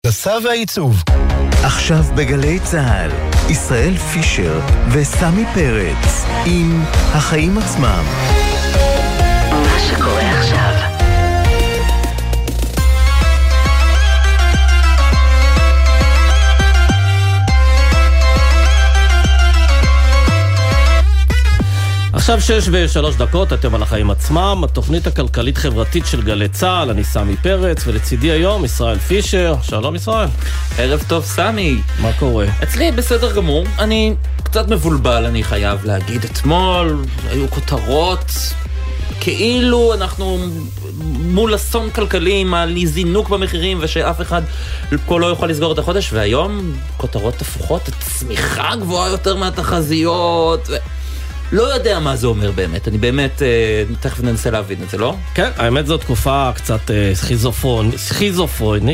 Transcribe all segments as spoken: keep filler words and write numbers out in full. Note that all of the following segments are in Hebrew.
ההנדסה והעיצוב. עכשיו בגלי צהל, ישראל פישר וסמי פרץ עם החיים עצמם. מה שקורה עכשיו. עכשיו שש ושלוש דקות, אתם על החיים עצמם, התוכנית הכלכלית-חברתית של גלי צהל, אני סמי פרץ, ולצידי היום ישראל פישר. שלום ישראל. ערב טוב סמי. מה קורה? אצלי בסדר גמור, אני קצת מבולבל, אני חייב להגיד. אתמול היו כותרות, כאילו אנחנו מול אסון כלכלי, על זינוק במחירים, ושאף אחד פה לא יוכל לסגור את החודש, והיום כותרות הפוכות, הצמיחה גבוהה יותר מהתחזיות, ו... לא יודע מה זה אומר באמת, אני באמת, אה, תכף ננסה להבין את זה, לא? כן, האמת זו תקופה קצת אה, סכיזופרונית, סכיזופרונית,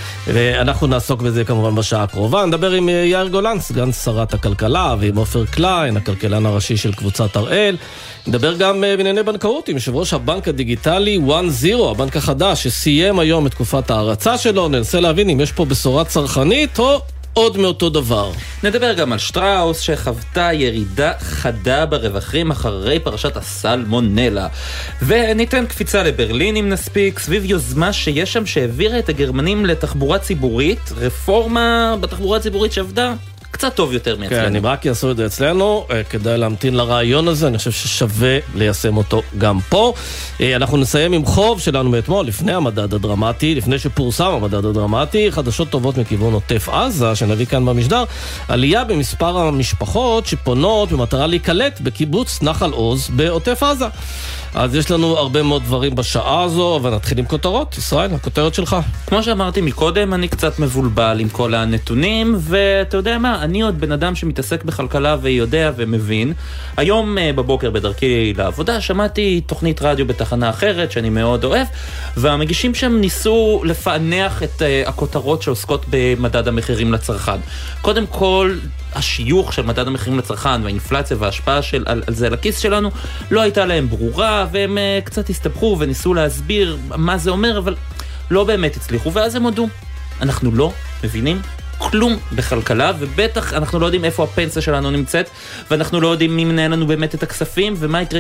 ואנחנו נעסוק בזה כמובן בשעה הקרובה. נדבר עם יאיר גולן, סגן שרת הכלכלה, ועם עופר קליין, הכלכלן הראשי של קבוצת הראל. נדבר גם בענייני בנקאות עם יושב ראש הבנק הדיגיטלי וואן זירו, הבנק החדש שסיים היום את תקופת ההרצה שלו. ננסה להבין אם יש פה בשורה צרכנית או עוד מאותו דבר. נדבר גם על שטראוס שחוותה ירידה חדה ברווחים אחרי פרשת הסלמונלה. וניתן קפיצה לברלין אם נספיק, סביב יוזמה שיש שם שהעבירה את הגרמנים לתחבורה ציבורית, רפורמה בתחבורה ציבורית שעבדה קצת טוב יותר מאצלנו. כן, אם רק יעשו את זה אצלנו, כדאי להמתין לרעיון הזה, אני חושב ששווה ליישם אותו גם פה. אנחנו נסיים עם חוב שלנו מאתמול, לפני המדד הדרמטי, לפני שפורסם המדד הדרמטי, חדשות טובות מכיוון עוטף עזה, שנביא כאן במשדר, עלייה במספר המשפחות שפונות במטרה להיקלט בקיבוץ נחל עוז בעוטף עזה. אז יש לנו הרבה מאוד דברים בשעה הזו, אבל נתחיל עם כותרות. ישראל, הכותרת שלך. כמו שאמרתי מקודם, אני קצת מבולבל עם כל הנתונים, ואתה יודע מה, אני עוד בן אדם שמתעסק בכלכלה ויודע ומבין. היום בבוקר בדרכי לעבודה שמעתי תוכנית רדיו בתחנה אחרת שאני מאוד אוהב, והמגישים שם ניסו לפענח את הכותרות שעוסקות במדד המחירים לצרכן. קודם כל, השיוך של מדד המחירים לצרכן והאינפלציה וההשפעה של, על, על זה לכיס שלנו לא הייתה להם ברורה, והם uh, קצת הסתבכו וניסו להסביר מה זה אומר, אבל לא באמת הצליחו, ואז הם הודו. אנחנו לא מבינים כלום בכלכלה, ובטח אנחנו לא יודעים איפה הפנסיה שלנו נמצאת, ואנחנו לא יודעים מי מנהל לנו באמת את הכספים, ומה יקרה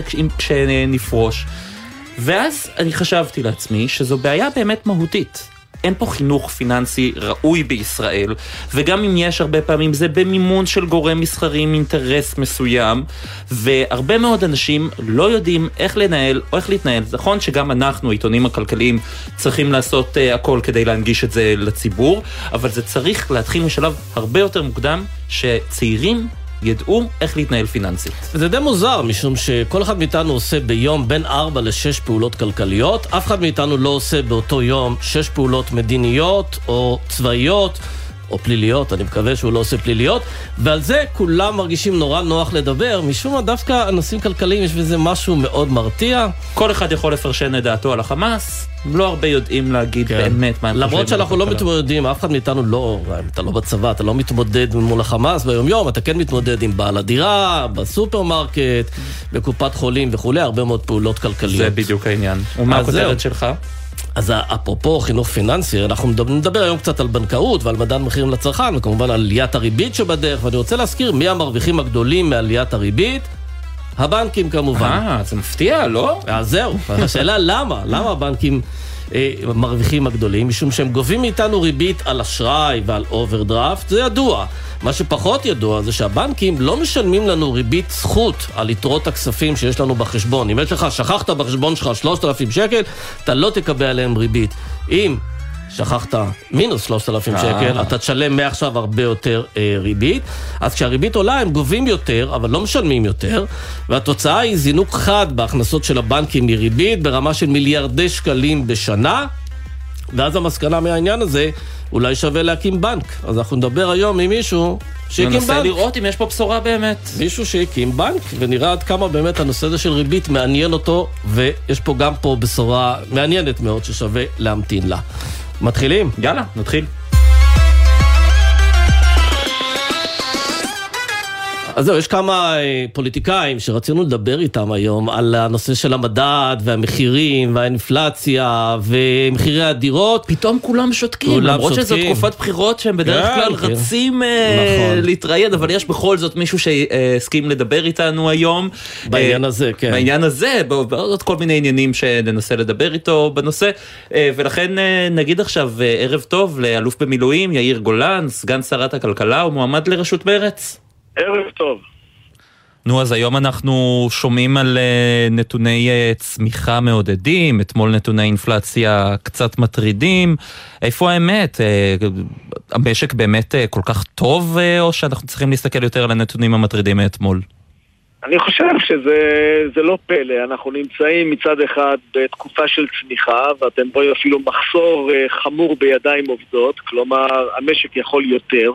כשנפרוש. ואז אני חשבתי לעצמי שזו בעיה באמת מהותית. אין פה חינוך פיננסי ראוי בישראל, וגם אם יש הרבה פעמים זה במימון של גורם מסחרי עם אינטרס מסוים, והרבה מאוד אנשים לא יודעים איך לנהל או איך להתנהל. נכון שגם אנחנו, העיתונים הכלכליים, צריכים לעשות uh, הכל כדי להנגיש את זה לציבור, אבל זה צריך להתחיל משלב הרבה יותר מוקדם, שצעירים ידעו איך להתנהל פיננסית. זה די מוזר, משום שכל אחד מאיתנו עושה ביום בין ארבע לשש פעולות כלכליות, אף אחד מאיתנו לא עושה באותו יום שש פעולות מדיניות או צבאיות או פליליות, אני מקווה שהוא לא עושה פליליות, ועל זה כולם מרגישים נורא נוח לדבר, משום מה דווקא אנשים כלכליים יש בזה משהו מאוד מרתיע. כל אחד יכול לפרשן את דעתו על החמאס, לא הרבה יודעים להגיד כן. באמת מה הם חושבים. למרות שאנחנו לא מתמודדים, אף אחד מאיתנו לא, אתה לא בצבא, אתה לא מתמודד מול החמאס ביום יום, אתה כן מתמודד עם בעל הדירה, בסופרמרקט, בקופת חולים וכו', הרבה מאוד פעולות כלכליות. זה בדיוק העניין. ומה הכותרת שלך? אז אפרופו חינוך פיננסי, אנחנו נדבר היום קצת על בנקאות ועל מדד מחירים לצרכן, וכמובן על עליית הריבית שבדרך, ואני רוצה להזכיר מי המרוויחים הגדולים מעליית הריבית? הבנקים כמובן. אה, זה מפתיע, לא? אז זהו, השאלה למה? למה הבנקים אה, מרוויחים הגדולים? משום שהם גובים מאיתנו ריבית על אשראי ועל אוברדרפט, זה ידוע. מה שפחות ידוע זה שהבנקים לא משלמים לנו ריבית זכות על יתרות הכספים שיש לנו בחשבון. אם יש לך, שכחת בחשבון שלך שלושת אלפים שקל, אתה לא תקבל עליהם ריבית. אם שכחת מינוס שלושת אלפים שקל, אתה תשלם מעכשיו הרבה יותר אה, ריבית. אז כשהריבית עולה הם גובים יותר, אבל לא משלמים יותר, והתוצאה היא זינוק חד בהכנסות של הבנקים מריבית, ברמה של מיליארדי שקלים בשנה, ואז המסקנה מהעניין הזה, אולי שווה להקים בנק. אז אנחנו נדבר היום עם מישהו שהקים בנק. ננסה לראות אם יש פה בשורה באמת. מישהו שהקים בנק, ונראה עד כמה באמת הנושא הזה של ריבית מעניין אותו, ויש פה גם פה בשורה מעניינת מאוד ששווה להמתין לה. מתחילים? יאללה, נתחיל. אז זהו, יש כמה פוליטיקאים שרצינו לדבר איתם היום על הנושא של המדד והמחירים והאינפלציה ומחירי הדירות. פתאום כולם שותקים, למרות שזו תקופת בחירות שהם בדרך כלל רצים להתראיין, אבל יש בכל זאת מישהו שהסכים לדבר איתנו היום. בעניין הזה, כן. בעניין הזה, בעוד כל מיני עניינים שננסה לדבר איתו בנושא, ולכן נגיד עכשיו ערב טוב לאלוף במילואים יאיר גולן, סגן שרת הכלכלה ומועמד לראשות מרצ. ערב טוב. נו, אז היום אנחנו שומעים על נתוני צמיחה מעודדים, אתמול נתוני אינפלציה קצת מטרידים. איפה האמת? המשק באמת כל כך טוב, או שאנחנו צריכים להסתכל יותר על הנתונים המטרידים מאתמול? אני חושב שזה זה לא פלא. אנחנו נמצאים מצד אחד בתקופה של צמיחה, ואתם רואים אפילו מחסור חמור בידיים עובדות, כלומר המשק יכול יותר.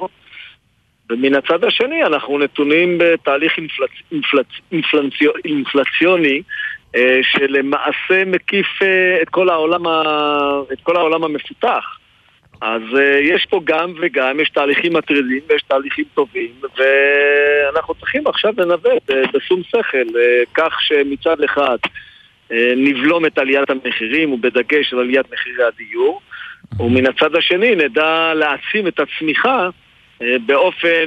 ומן הצד השני אנחנו נתונים בתהליך אינפלצ... אינפלצ... אינפלציו... אינפלציוני אה, שלמעשה מקיף אה, את כל העולם ה... את כל העולם המפותח. אז אה, יש פה גם וגם, יש תהליכים מטרידים ויש תהליכים טובים, ואנחנו צריכים עכשיו לנווט אה, בשום שכל, אה, כך שמצד אחד אה, נבלום את עליית המחירים ובדגש על עליית מחירי הדיור, ומן הצד השני נדע להעצים את הצמיחה באופן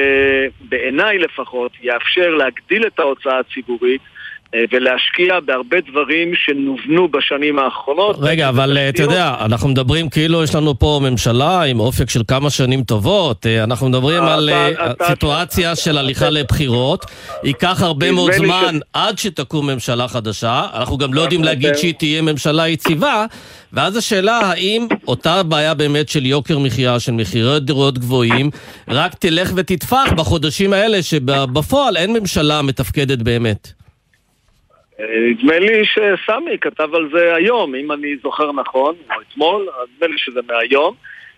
שבעיניי לפחות יאפשר להגדיל את ההוצאה הציבורית ולהשקיע בהרבה דברים שנובנו בשנים האחרונות. רגע, אבל אתה יודע, אנחנו מדברים כאילו יש לנו פה ממשלה עם אופק של כמה שנים טובות, אנחנו מדברים על סיטואציה של הליכה לבחירות, ייקח הרבה מאוד זמן עד שתקום ממשלה חדשה, אנחנו גם לא יודעים להגיד שהיא תהיה ממשלה יציבה, ואז השאלה האם אותה בעיה באמת של יוקר מחיה, של מחירי דירות גבוהים, רק תלך ותתפח בחודשים האלה שבפועל אין ממשלה מתפקדת באמת. נדמה לי שסמי כתב על זה היום, אם אני זוכר נכון, או אתמול, נדמה לי שזה מהיום,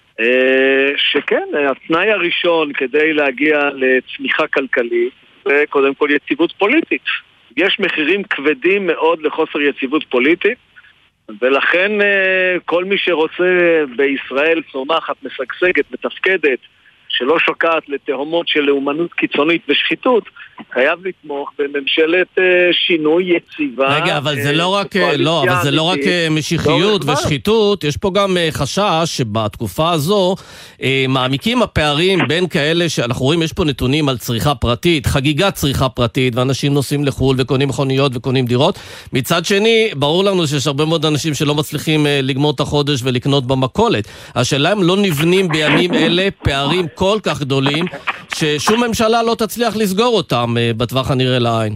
שכן, התנאי הראשון כדי להגיע לצמיחה כלכלית, זה קודם כל יציבות פוליטית. יש מחירים כבדים מאוד לחוסר יציבות פוליטית, ולכן כל מי שרוצה בישראל צומחת, משגשגת, מתפקדת, שלא שוקעת לתהומות של לאומנות קיצונית ושחיתות, חייב לתמוך בממשלת שינוי יציבה. רגע, אבל זה לא רק, לא, אבל זה לא רק משיחיות ושחיתות, יש פה גם חשש שבתקופה הזו מעמיקים הפערים בין כאלה שאנחנו רואים, יש פה נתונים על צריכה פרטית, חגיגת צריכה פרטית, ואנשים נוסעים לחול וקונים מכוניות וקונים דירות. מצד שני, ברור לנו שיש הרבה מאוד אנשים שלא מצליחים לגמור את החודש ולקנות במכולת. השאלה הם לא נבנים בימים אלה פערים כל כך גדולים, ששום ממשלה לא תצליח לסגור אותם בטווח הנראה לעין.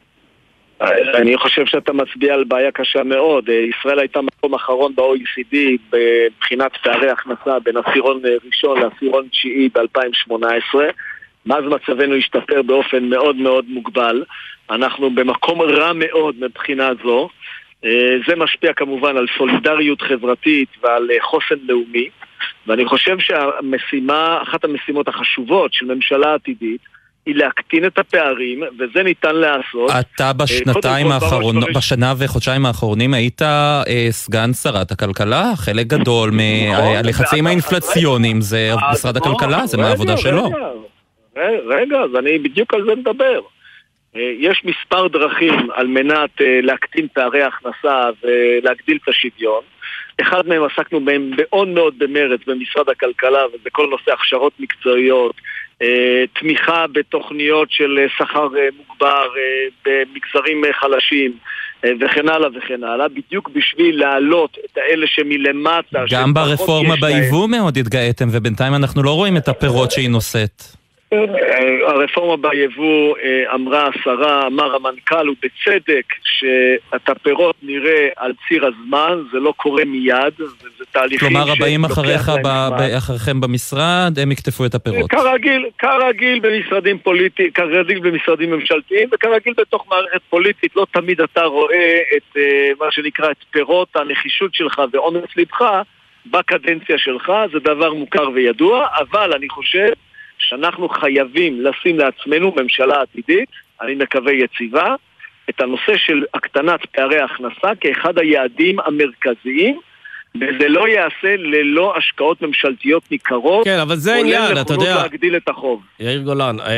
אני חושב שאתה מצביע על בעיה קשה מאוד. ישראל הייתה מקום אחרון ב-או אי סי די בבחינת פערי הכנסה בין עשירון ראשון לעשירון תשיעי ב-אלפיים שמונה עשרה. מאז מצבנו השתפר באופן מאוד מאוד מוגבל. אנחנו במקום רע מאוד מבחינה זו. זה משפיע כמובן על סולידריות חברתית ועל חוסן לאומי. ואני חושב שהמשימה, אחת המשימות החשובות של ממשלה עתידית, היא להקטין את הפערים, וזה ניתן לעשות. אתה בשנתיים האחרונות, בשנה וחודשיים האחרונים, היית אה, סגן שרת הכלכלה, חלק גדול מהלחצים האינפלציוניים, זה משרד הכלכלה, זה מהעבודה שלו. רגע, רגע, אז אני בדיוק על זה מדבר. יש מספר דרכים על מנת להקטין פערי הכנסה ולהגדיל את השוויון. אחד מהם עסקנו בהם מאוד מאוד במרץ במשרד הכלכלה, וזה כל נושא הכשרות מקצועיות, תמיכה בתוכניות של שכר מוגבר במגזרים חלשים, וכן הלאה וכן הלאה, בדיוק בשביל להעלות את האלה שמלמטה. גם ברפורמה ביבוא מאוד התגאיתם, ובינתיים אנחנו לא רואים את הפירות שהיא נושאת. הרפורמה ביבוא, אמרה השרה, אמר המנכ"ל, ובצדק שאת הפירות נראה על ציר הזמן, זה לא קורה מיד, זה תהליכים. כלומר, הבאים אחריך אחריכם במשרד, הם יקטפו את הפירות. כרגיל, כרגיל במשרדים פוליטיים, כרגיל במשרדים ממשלתיים, וכרגיל בתוך מערכת פוליטית, לא תמיד אתה רואה את מה שנקרא את פירות הנחישות שלך ואומץ לבך בקדנציה שלך, זה דבר מוכר וידוע, אבל אני חושב שאנחנו חייבים לשים לעצמנו ממשלה עתידית, אני מקווה יציבה, את הנושא של הקטנת פערי הכנסה כאחד היעדים המרכזיים, וזה לא יעשה ללא השקעות ממשלתיות ניכרות. כן, אבל זה עניין, אתה יודע. כולל להגדיל את החוב. יאיר גולן,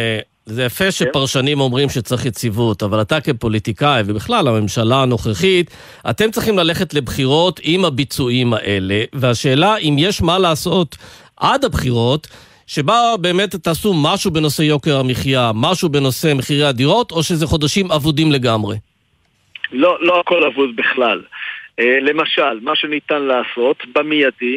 זה יפה שפרשנים אומרים שצריך יציבות, אבל אתה כפוליטיקאי ובכלל הממשלה הנוכחית, אתם צריכים ללכת לבחירות עם הביצועים האלה, והשאלה אם יש מה לעשות עד הבחירות, שבה באמת תעשו משהו בנושא יוקר המחיה, משהו בנושא מחירי הדירות, או שזה חודשים אבודים לגמרי? לא, לא הכל אבוד בכלל. למשל, מה שניתן לעשות במיידי,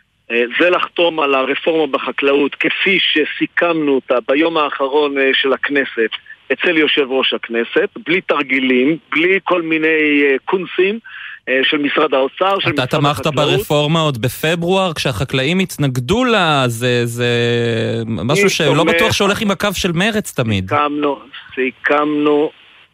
זה לחתום על הרפורמה בחקלאות כפי שסיכמנו אותה ביום האחרון של הכנסת אצל יושב ראש הכנסת, בלי תרגילים, בלי כל מיני קונסים של משרד האוצר, של משרד החקלאות. אתה תמכת ברפורמה עוד בפברואר, כשהחקלאים התנגדו לה, זה, זה משהו שלא בטוח שהולך עם הקו של מרץ תמיד. סיכמנו, סיכמנו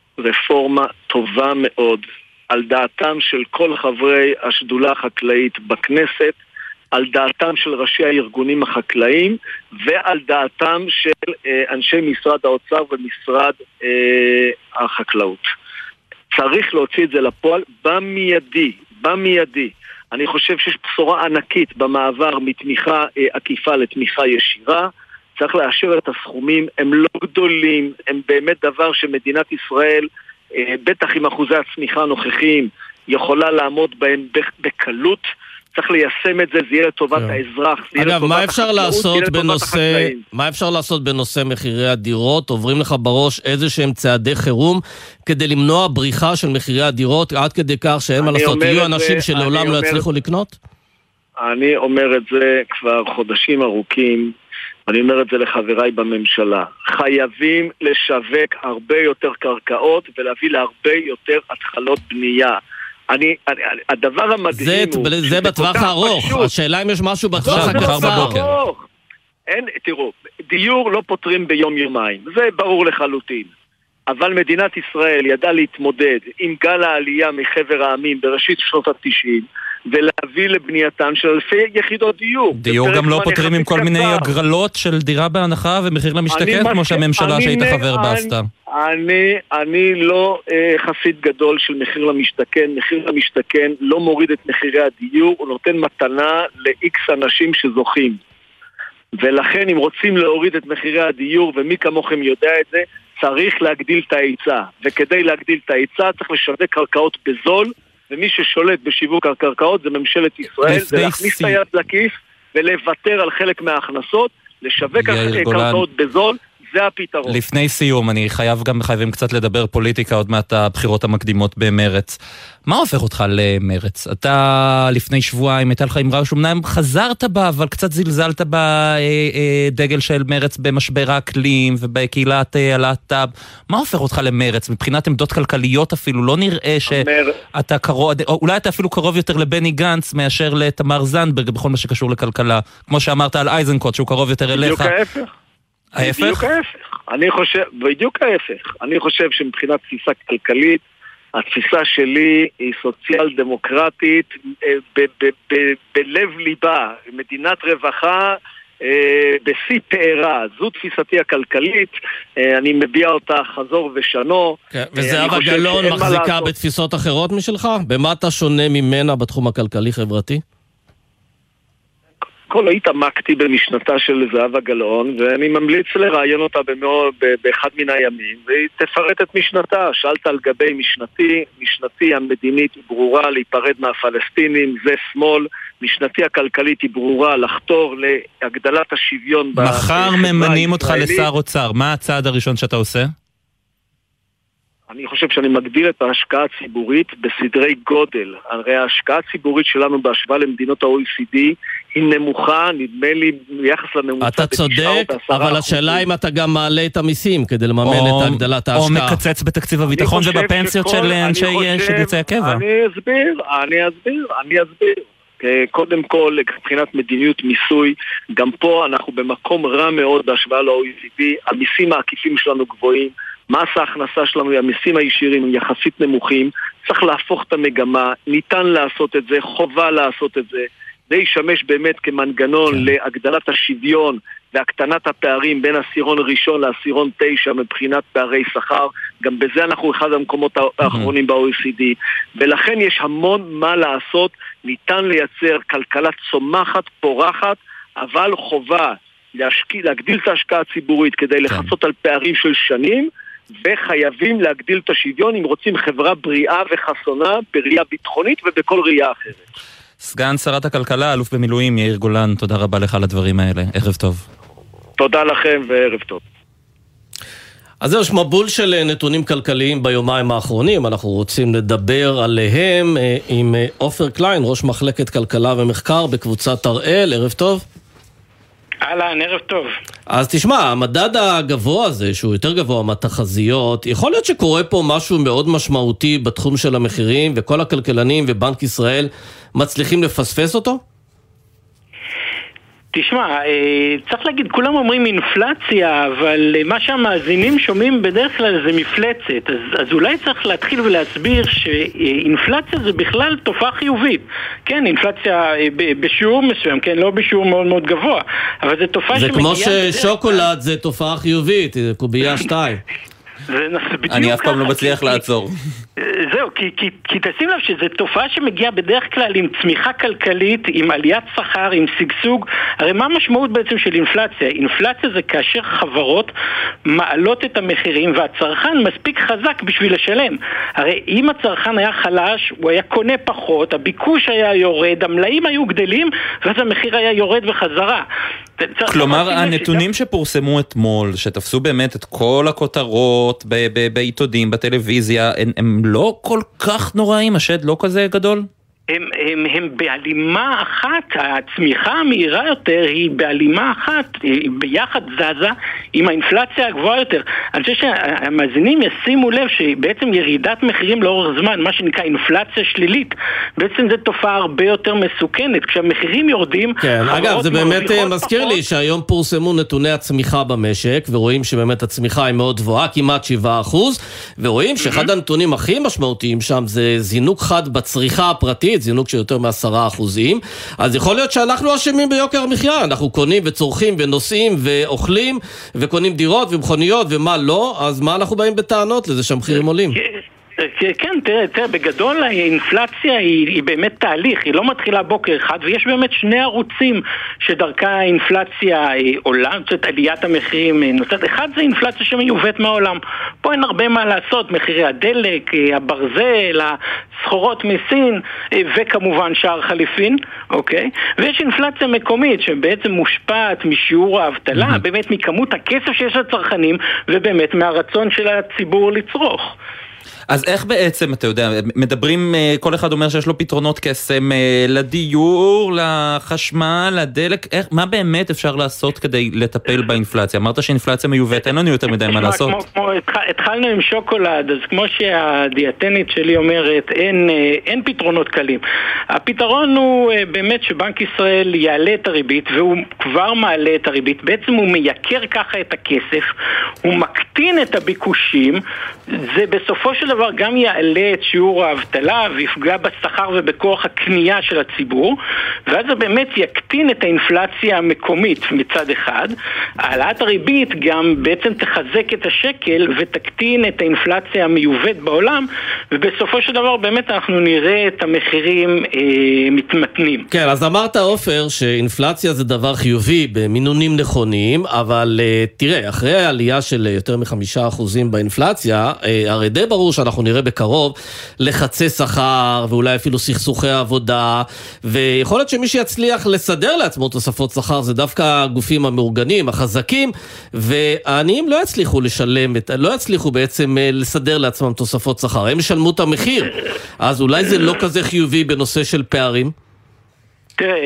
רפורמה טובה מאוד, על דעתם של כל חברי השדולה החקלאית בכנסת, על דעתם של ראשי הארגונים החקלאיים, ועל דעתם של אה, אנשי משרד האוצר ומשרד אה, החקלאות. צריך להוציא את זה לפועל במיידי, במיידי. אני חושב שיש בשורה ענקית במעבר מתמיכה אה, עקיפה לתמיכה ישירה. צריך לאשר את הסכומים, הם לא גדולים, הם באמת דבר שמדינת ישראל, אה, בטח עם אחוזי הצמיחה הנוכחיים, יכולה לעמוד בהם בקלות. צריך ליישם את זה, זה יהיה לטובת האזרח. אגב, מה אפשר לעשות בנושא, מה אפשר לעשות בנושא מחירי הדירות? עוברים לך בראש איזה שהם צעדי חירום כדי למנוע בריחה של מחירי הדירות, עד כדי כך שאין מה לעשות, יהיו אנשים שלעולם לא יצליחו לקנות? אני אומר את זה כבר חודשים ארוכים, אני אומר את זה לחבריי בממשלה. חייבים לשווק הרבה יותר קרקעות ולהביא להרבה יותר התחלות בנייה. אני, אני, הדבר המדהים זה, הוא... זה בטווח הארוך. פשוט. השאלה אם יש משהו בטווח הקצר. אין, תראו, דיור לא פותרים ביום יומיים. זה ברור לחלוטין. אבל מדינת ישראל ידעה להתמודד עם גל העלייה מחבר העמים בראשית שנות ה-תשעים, ולהביא לבנייתן של אלפי יחידות דיור. דיור גם לא פותרים עם כל מיני הגרלות של דירה בהנחה ומחיר למשתכן, כמו שהממשלה שהיית חבר בה עשתה. אני, אני לא אה, חסיד גדול של מחיר למשתכן. מחיר למשתכן לא מוריד את מחירי הדיור, הוא נותן מתנה לאיקס אנשים שזוכים. ולכן אם רוצים להוריד את מחירי הדיור, ומי כמוכם יודע את זה, צריך להגדיל את ההיצע. וכדי להגדיל את ההיצע צריך לשווק קרקעות בזול, ומי ששולט בשיווק הקרקעות זה ממשלת ישראל, זה להכניס את היד לכיס ולוותר על חלק מההכנסות, לשווק קרקעות בזול, זה הפתרון. לפני סיום, אני חייב גם חייבים קצת לדבר פוליטיקה עוד מעט הבחירות המקדימות במרץ. מה הופך אותך למרץ? אתה לפני שבועיים הייתה לך אמרה שאומנם חזרת בה, אבל קצת זלזלת בדגל של מרץ במשבר האקלים ובקהילת הלהט"ב. מה הופך אותך למרץ? מבחינת עמדות כלכליות אפילו לא נראה שאתה קרוב, אולי אתה אפילו קרוב יותר לבני גנץ מאשר לתמר זנדברג בכל מה שקשור לכלכלה. כמו שאמרת על אייזנקוט שהוא קרוב יותר אליך. בדיוק ההפך. ההפך? בדיוק ההפך. אני חושב, בדיוק ההפך. אני חושב שמבחינת תפיסה כלכלית, התפיסה שלי היא סוציאל דמוקרטית בלב ליבה, מדינת רווחה בשיא פארה. זו תפיסתי הכלכלית, אני מביע אותה חזור ושנו. וזהבה גלאון מחזיקה בתפיסות אחרות משלך? במה אתה שונה ממנה בתחום הכלכלי-חברתי? כל התעמקתי במשנתה של זהבה גלאון, ואני ממליץ לראיין אותה במאוד, באחד מן הימים, והיא תפרט את משנתה. שאלת על גבי משנתי, משנתי המדינית היא ברורה, להיפרד מהפלסטינים, זה שמאל. משנתי הכלכלית היא ברורה, לחתור להגדלת השוויון. מחר ממנים אותך לשר אוצר, מה הצעד הראשון שאתה עושה? אני חושב שאני מגדיל את ההשקעה הציבורית בסדרי גודל. הרי ההשקעה הציבורית שלנו בהשוואה למדינות ה-או אי סי די היא נמוכה, נדמה לי, ביחס לממוצע. אתה צודק, אבל השאלה אם אתה גם מעלה את המיסים כדי לממן את הגדלת ההשקעה. או מקצץ בתקציב הביטחון ובפנסיות של אנשי יוצאי הקבע. אני אסביר, אני אסביר, אני אסביר. קודם כל, מבחינת מדיניות מיסוי, גם פה אנחנו במקום רע מאוד בהשוואה ל-או אי סי די, המיסים העקיפים שלנו גבוהים, מס ההכנסה שלנו, המיסים הישירים הם יחסית נמוכים, צריך להפוך את המגמה, ניתן לעשות את זה, חובה לעשות את זה, זה ישמש באמת כמנגנון כן. להגדלת השוויון והקטנת הפערים בין עשירון ראשון לעשירון תשע מבחינת פערי שכר, גם בזה אנחנו אחד המקומות האחרונים ב-או אי סי די, ולכן יש המון מה לעשות, ניתן לייצר כלכלה צומחת, פורחת, אבל חובה להשקיע, להגדיל את ההשקעה הציבורית כדי לחסות על פערים של שנים, וחייבים להגדיל את השוויון אם רוצים חברה בריאה וחסונה בראייה ביטחונית ובכל ראייה אחרת. סגן שרת הכלכלה, אלוף במילואים יאיר גולן, תודה רבה לך על הדברים האלה. ערב טוב. תודה לכם וערב טוב. אז זהו, יש מבול של נתונים כלכליים ביומיים האחרונים, אנחנו רוצים לדבר עליהם עם עופר קליין, ראש מחלקת כלכלה ומחקר בקבוצת הראל. ערב טוב. אהלן, ערב טוב. אז תשמע, המדד הגבוה הזה, שהוא יותר גבוה מהתחזיות, יכול להיות שקורה פה משהו מאוד משמעותי בתחום של המחירים, וכל הכלכלנים ובנק ישראל מצליחים לפספס אותו? תשמע, צריך להגיד, כולם אומרים אינפלציה, אבל מה שהמאזינים שומעים בדרך כלל זה מפלצת. אז, אז אולי צריך להתחיל ולהסביר שאינפלציה זה בכלל תופעה חיובית. כן, אינפלציה בשיעור מסוים, כן, לא בשיעור מאוד מאוד גבוה, אבל זה תופעה שמגיעה... זה כמו ששוקולד זה תופעה חיובית, קובייה שתיים. אני אף פעם לא מצליח לעצור. זהו, כי, כי, כי תשים לב שזו תופעה שמגיעה בדרך כלל עם צמיחה כלכלית, עם עליית שכר, עם סגסוג. הרי מה המשמעות בעצם של אינפלציה? אינפלציה זה כאשר חברות מעלות את המחירים והצרכן מספיק חזק בשביל לשלם. הרי אם הצרכן היה חלש, הוא היה קונה פחות, הביקוש היה יורד, המלאים היו גדלים, ואז המחיר היה יורד וחזרה. כלומר, הנתונים שפורסמו אתמול, שתפסו באמת את כל הכותרות בעיתונים, בטלוויזיה, הם לא כל כך נוראים, השד לא כזה גדול? הם, הם, הם בהלימה אחת, הצמיחה המהירה יותר היא בהלימה אחת, היא ביחד זזה עם האינפלציה הגבוהה יותר. אני חושב שהמאזינים ישימו לב שבעצם ירידת מחירים לאורך זמן, מה שנקרא אינפלציה שלילית, בעצם זו תופעה הרבה יותר מסוכנת. כשהמחירים יורדים... כן, אגב, זה באמת מזכיר פחות... לי שהיום פורסמו נתוני הצמיחה במשק, ורואים שבאמת הצמיחה היא מאוד גבוהה, כמעט שבעה אחוז, ורואים שאחד הנתונים הכי משמעותיים שם זה זינוק חד בצריכה הפרטית, זינוק של יותר מעשרה אחוזים, אז יכול להיות שאנחנו אשמים ביוקר המחיה, אנחנו קונים וצורכים ונוסעים ואוכלים וקונים דירות ומכוניות ומה לא, אז מה אנחנו באים בטענות לזה שהמחירים עולים? כן, תראה, תראה, בגדול האינפלציה היא, היא באמת תהליך, היא לא מתחילה בוקר אחד, ויש באמת שני ערוצים שדרכה האינפלציה עולה, זאת עליית המחירים נוצאת. אחד זה אינפלציה שמיובאת מהעולם, פה אין הרבה מה לעשות, מחירי הדלק, הברזל, הסחורות מסין, וכמובן שער חליפין, אוקיי? ויש אינפלציה מקומית שבעצם מושפעת משיעור האבטלה, mm-hmm. באמת מכמות הכסף שיש לצרכנים, ובאמת מהרצון של הציבור לצרוך. אז איך בעצם, אתה יודע, מדברים, כל אחד אומר שיש לו פתרונות קסם לדיור, לחשמל, לדלק, איך, מה באמת אפשר לעשות כדי לטפל באינפלציה? אמרת שאינפלציה מיובאת, אין לנו יותר מדי מה לעשות. כמו, כמו, התחלנו עם שוקולד, אז כמו שהדיאטנית שלי אומרת, אין, אין פתרונות קלים. הפתרון הוא באמת שבנק ישראל יעלה את הריבית, והוא כבר מעלה את הריבית, בעצם הוא מייקר ככה את הכסף, הוא מקטין את הביקושים, זה בסופו של דבר גם יעלה את שיעור האבטלה ויפגע בשכר ובכוח הקנייה של הציבור, ואז זה באמת יקטין את האינפלציה המקומית מצד אחד. העלאת הריבית גם בעצם תחזק את השקל ותקטין את האינפלציה המיובאת בעולם, ובסופו של דבר באמת אנחנו נראה את המחירים אה, מתמתנים. כן, אז אמרת עופר שאינפלציה זה דבר חיובי במינונים נכונים, אבל אה, תראה, אחרי העלייה של יותר מחמישה אחוזים באינפלציה, אה, הרי די ברור שאנחנו נראה בקרוב לחצי שכר ואולי אפילו סכסוכי עבודה, ויכול להיות שמי שיצליח לסדר לעצמו תוספות שכר זה דווקא הגופים המאורגנים, החזקים, והעניים לא יצליחו לשלם, לא יצליחו בעצם לסדר לעצמם תוספות שכר, הם ישלמו את המחיר, אז אולי זה לא כזה חיובי בנושא של פערים? תראה,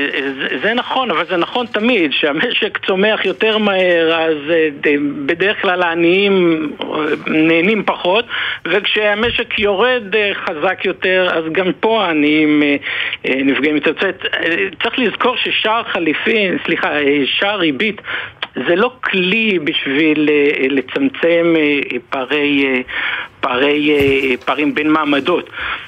זה נכון, אבל זה נכון תמיד, שהמשק צומח יותר מהר, אז בדרך כלל העניים נהנים פחות, וכשהמשק יורד חזק יותר, אז גם פה העניים נפגעים יותר. צריך לזכור ששער חליפין, סליחה, שער ריבית, זה לא כלי בשביל לצמצם פערי, פערי, פערים בין מעמדות.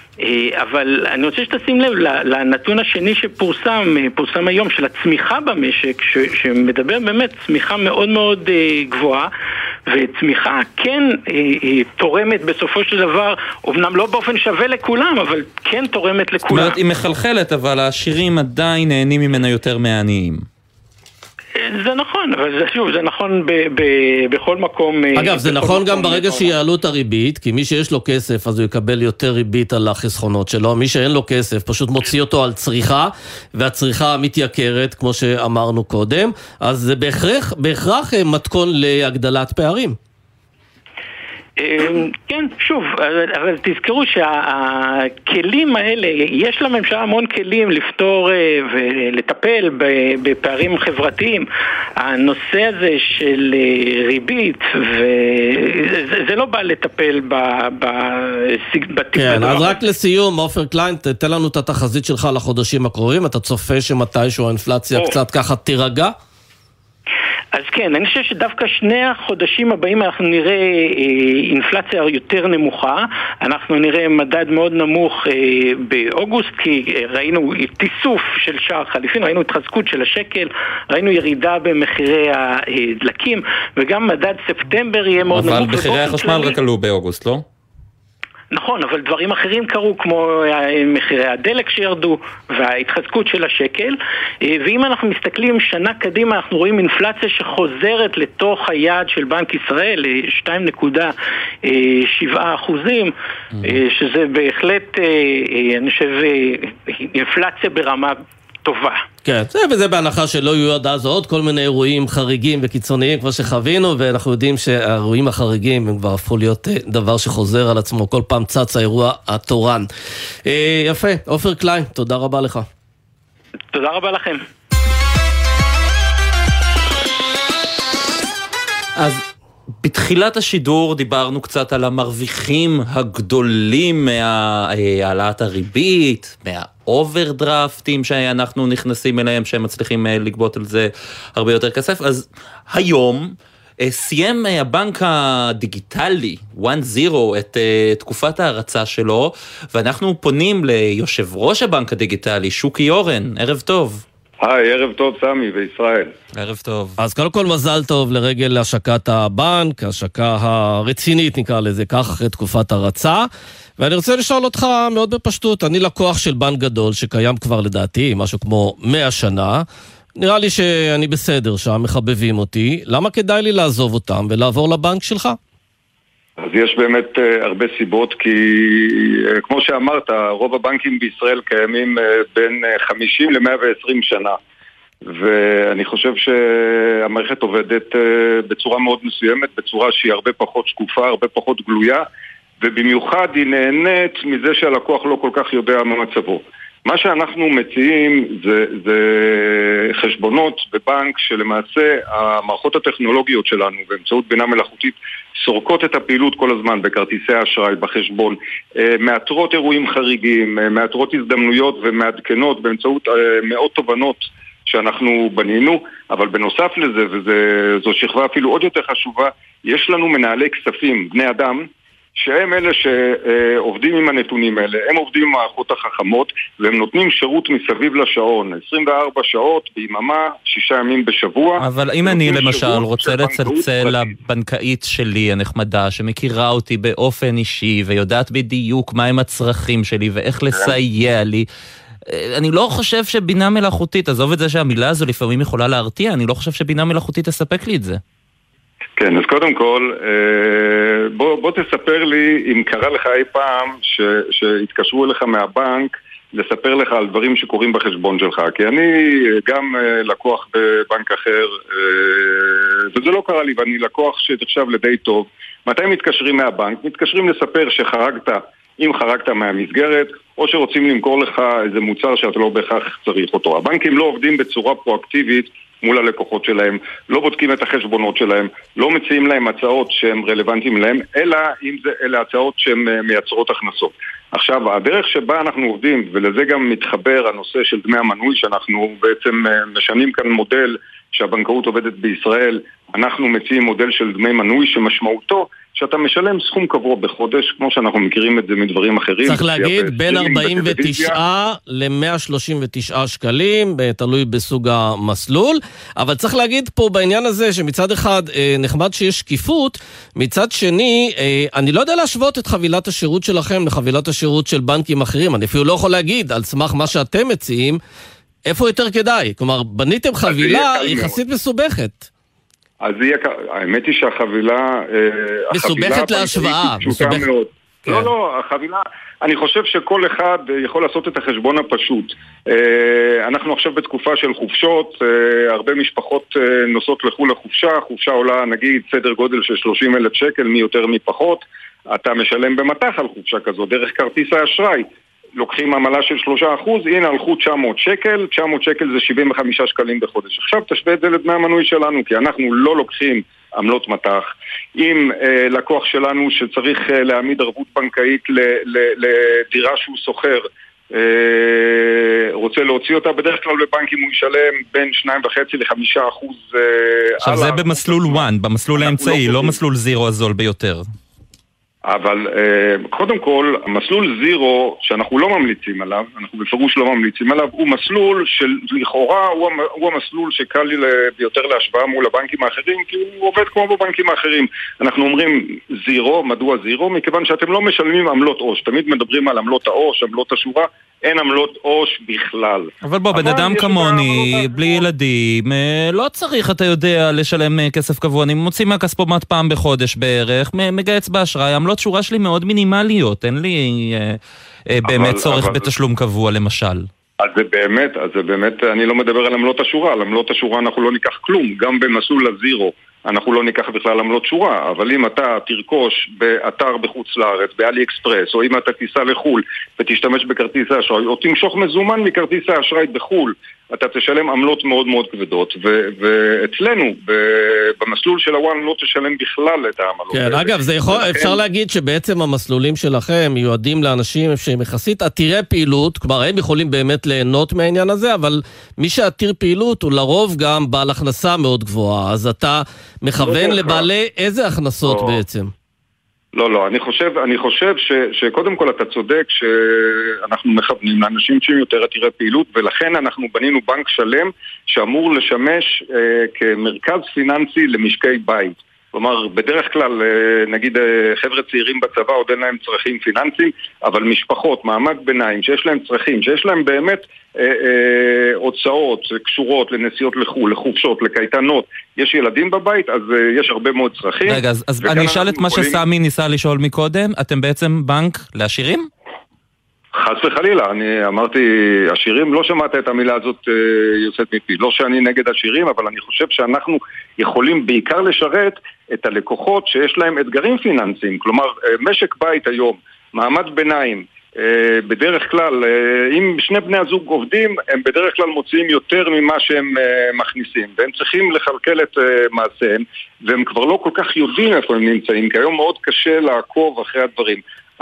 אבל אני רוצה שתשים לב לנתון השני שפורסם, פורסם היום של הצמיחה במשק, ש, שמדבר באמת צמיחה מאוד מאוד גבוהה, וצמיחה כן תורמת בסופו של דבר, אמנם לא באופן שווה לכולם, אבל כן תורמת לכולם. זאת אומרת, היא מחלחלת, אבל העשירים עדיין נהנים ממנה יותר מהעניים. זה נכון, אבל זה, שוב, זה נכון ב, ב, בכל מקום. אגב, זה נכון גם ברגע שיעלו את הריבית, כי מי שיש לו כסף, אז הוא יקבל יותר ריבית על החסכונות שלו. מי שאין לו כסף, פשוט מוציא אותו על צריכה, והצריכה מתייקרת, כמו שאמרנו קודם. אז זה בהכרח, בהכרח מתכון להגדלת פערים. כן, שוב, אבל תזכרו שהכלים האלה, יש לממשלה המון כלים לפתור ולטפל בפערים חברתיים. הנושא הזה של ריבית, זה לא בא לטפל בטיפול. כן, אז רק לסיום, עופר קליין, תתן לנו את התחזית שלך לחודשים הקרובים. אתה צופה שמתישהו האינפלציה קצת ככה תירגע? אז כן, אני חושב שדווקא שני החודשים הבאים אנחנו נראה אה, אינפלציה יותר נמוכה, אנחנו נראה מדד מאוד נמוך אה, באוגוסט, כי ראינו תיסוף של שער חליפין, ראינו התחזקות של השקל, ראינו ירידה במחירי הדלקים, וגם מדד ספטמבר יהיה מאוד אבל נמוך. אבל מחירי החשמל רק עלו באוגוסט, לא? נכון, אבל דברים אחרים קרו, כמו מחירי הדלק שירדו וההתחזקות של השקל. ואם אנחנו מסתכלים שנה קדימה, אנחנו רואים אינפלציה שחוזרת לתוך היעד של בנק ישראל, שתיים נקודה שבע אחוזים, שזה בהחלט, אני חושב, אינפלציה ברמה טובה. כן, זה וזה בהנחה שלא יהיו עד אז עוד כל מיני אירועים חריגים וקיצוניים כמו שחווינו, ואנחנו יודעים שהאירועים החריגים הם כבר הפכו להיות דבר שחוזר על עצמו, כל פעם צץ האירוע התורן. יפה, עופר קליין, תודה רבה לך. תודה רבה לכם. אז בתחילת השידור דיברנו קצת על המרוויחים הגדולים מהעלאת הריבית, מהאוברדרפטים שאנחנו נכנסים אליהם, שהם מצליחים לגבות על זה הרבה יותר כסף. אז היום סיים הבנק הדיגיטלי וואן זירו את תקופת ההרצה שלו, ואנחנו פונים ליושב ראש הבנק הדיגיטלי, שוקי אורן. ערב טוב. היי, ערב טוב סמי וישראל. ערב טוב. אז קודם כל מזל טוב לרגל השקת הבנק, השקה הרצינית נקרא לזה כך, אחרי תקופת הרצה. ואני רוצה לשאול אותך מאוד בפשטות, אני לקוח של בנק גדול שקיים כבר לדעתי, משהו כמו מאה שנה, נראה לי שאני בסדר שם, מחבבים אותי, למה כדאי לי לעזוב אותם ולעבור לבנק שלך? אז יש באמת uh, הרבה סיבות, כי uh, כמו שאמרת, רוב הבנקים בישראל קיימים uh, בין uh, חמישים ל-מאה ועשרים שנה, ואני חושב שהמערכת עובדת uh, בצורה מאוד מסוימת, בצורה שהיא הרבה פחות שקופה, הרבה פחות גלויה, ובמיוחד היא נהנית מזה שהלקוח לא כל כך יודע מה מצבו. מה שאנחנו מציעים זה, זה חשבונות בבנק שלמעשה המערכות הטכנולוגיות שלנו באמצעות בינה מלאכותית סורקות את הפעילות כל הזמן בכרטיסי האשראי, בחשבון, מאתרות אירועים חריגים, מאתרות הזדמנויות ומעדכנות באמצעות מאות תובנות שאנחנו בנינו, אבל בנוסף לזה, וזו שכבה אפילו עוד יותר חשובה, יש לנו מנהלי כספים, בני אדם, שהם אלה שעובדים עם הנתונים האלה, הם עובדים עם מערכות החכמות, והם נותנים שירות מסביב לשעון, עשרים וארבע שעות ביממה, שישה ימים בשבוע. אבל אם אני למשל רוצה לצלצל לבנקאית שלי הנחמדה, שמכירה אותי באופן אישי, ויודעת בדיוק מהם הצרכים שלי, ואיך לסייע לי, אני לא חושב שבינה מלאכותית, עזוב את זה שהמילה הזו לפעמים יכולה להרתיע, אני לא חושב שבינה מלאכותית תספק לי את זה. כן, אז קודם כל, בוא, בוא תספר לי אם קרה לך אי פעם ש, שהתקשרו אליך מהבנק לספר לך על דברים שקורים בחשבון שלך, כי אני גם לקוח בבנק אחר, וזה לא קרה לי, ואני לקוח שתחשב לדי טוב. מתי מתקשרים מהבנק? מתקשרים לספר שחרגת, אם חרגת מהמסגרת, או שרוצים למכור לך איזה מוצר שאתה לא בהכרח צריך אותו. הבנקים לא עובדים בצורה פרואקטיבית מול הלקוחות שלהם, לא בודקים את החשבונות שלהם, לא מציעים להם הצעות שהן רלוונטיים להם, אלא אם זה, אלה הצעות שהן מייצרות הכנסות. עכשיו, הדרך שבה אנחנו עובדים, ולזה גם מתחבר הנושא של דמי המנוי, שאנחנו בעצם משנים כאן מודל שהבנקאות עובדת בישראל, אנחנו מציעים מודל של דמי מנוי שמשמעותו שאתה משלם סכום קבוע בחודש, כמו שאנחנו מכירים את זה מדברים אחרים. צריך להגיד, בין ארבעים ותשע ל-מאה שלושים ותשעה שקלים, תלוי בסוג המסלול, אבל צריך להגיד פה בעניין הזה, שמצד אחד נחמד שיש שקיפות, מצד שני, אני לא יודע להשוות את חבילת השירות שלכם לחבילת השירות של בנקים אחרים, אני אפילו לא יכול להגיד, על סמך מה שאתם מציעים, איפה יותר כדאי? כלומר, בניתם חבילה יחסית מסובכת. אז האמת היא שהחבילה... מסובכת להשוואה. מסובכת מאוד. לא, לא, החבילה... אני חושב שכל אחד יכול לעשות את החשבון הפשוט. אנחנו עכשיו בתקופה של חופשות, הרבה משפחות נוסעות לחו"ל לחופשה, חופשה עולה נגיד סדר גודל של שלושים אלף שקל, מי יותר מי פחות, אתה משלם במתח על חופשה כזו, דרך כרטיס האשראי. לוקחים עמלה של שלושה אחוז, הנה הלכו תשע מאות שקל, תשע מאות שקל זה שבעים וחמישה שקלים בחודש. עכשיו תשווה את זה לדמי המנוי שלנו, כי אנחנו לא לוקחים עמלות מתח. אם אה, לקוח שלנו שצריך אה, להעמיד ערבות בנקאית ל, ל, לדירה שהוא סוחר, אה, רוצה להוציא אותה, בדרך כלל בבנקים הוא ישלם בין שניים וחצי לחמישה אחוז. אה, עכשיו זה במסלול אחת, במסלול האמצעי, לא, לא מסלול זירו הזול ביותר. אבל קודם כל, המסלול זירו שאנחנו לא ממליצים עליו, אנחנו בפירוש לא ממליצים עליו, הוא מסלול שלכאורה הוא, הוא המסלול שקל לי ביותר להשוואה מול הבנקים האחרים, כי הוא עובד כמו בבנקים האחרים. אנחנו אומרים זירו, מדוע זירו? מכיוון שאתם לא משלמים עמלות עו"ש, תמיד מדברים על עמלות העו"ש, עמלות השורה, אין עמלות עו"ש בכלל. אבל בוא, בן אדם כמוני, בלי ילדים, לא צריך, אתה יודע, לשלם כסף קבוע. אני מוציא מהכספומט פעם בחודש בערך, מגייץ באשראי, עמלות שורה שלי מאוד מינימליות, אין לי באמת צורך בתשלום קבוע למשל. אז זה באמת, אז זה באמת, אני לא מדבר על עמלות השורה, על עמלות השורה אנחנו לא ניקח כלום, גם במסלול הזירו. אנחנו לא ניקח בכלל עמלות שורה, אבל אם אתה תרכוש באתר בחוץ לארץ, באלי אקספרס, או אם אתה תיסע לחול ותשתמש בכרטיס האשראי, או תמשוך מזומן מכרטיס האשראי בחול, אתה תשלם עמלות מאוד מאוד כבדות, ו- ואצלנו, ב- במסלול של הוואן לא תשלם בכלל את העמלות. כן, אגב, זה יכול, ולכן... אפשר להגיד שבעצם המסלולים שלכם מיועדים לאנשים שהם יחסית עתירי פעילות, כלומר הם יכולים באמת ליהנות מהעניין הזה, אבל מי שעתיר פעילות הוא לרוב גם בעל הכנסה מאוד גבוהה, אז אתה מכוון לא לבעלי איזה הכנסות לא. בעצם? לא, לא, אני חושב, אני חושב ש, שקודם כל אתה צודק שאנחנו מכוונים לאנשים שהם יותר עתירי פעילות, ולכן אנחנו בנינו בנק שלם שאמור לשמש אה, כמרכז פיננסי למשקי בית. כלומר, בדרך כלל, נגיד חבר'ה צעירים בצבא עוד אין להם צרכים פיננסיים, אבל משפחות, מעמד ביניים, שיש להם צרכים, שיש להם באמת אה, אה, הוצאות קשורות לנסיעות לחו"ל, לחופשות, לקייטנות, יש ילדים בבית, אז אה, יש הרבה מאוד צרכים. רגע, אז, אז אני אשאל את מה יכולים... שסמי ניסה לשאול מקודם, אתם בעצם בנק לעשירים? חס וחלילה, אני אמרתי עשירים, לא שמעת את המילה הזאת אה, יוצאת מפי, לא שאני נגד עשירים, אבל אני חושב שאנחנו יכולים בעיקר לשרת את הלקוחות שיש להם אתגרים פיננסיים, כלומר משק בית היום, מעמד ביניים, אה, בדרך כלל, אה, אם שני בני הזוג עובדים, הם בדרך כלל מוציאים יותר ממה שהם אה, מכניסים, והם צריכים לכלכל את אה, מעשיהם, והם כבר לא כל כך יודעים איפה הם נמצאים, כי היום מאוד קשה לעקוב אחרי הדברים.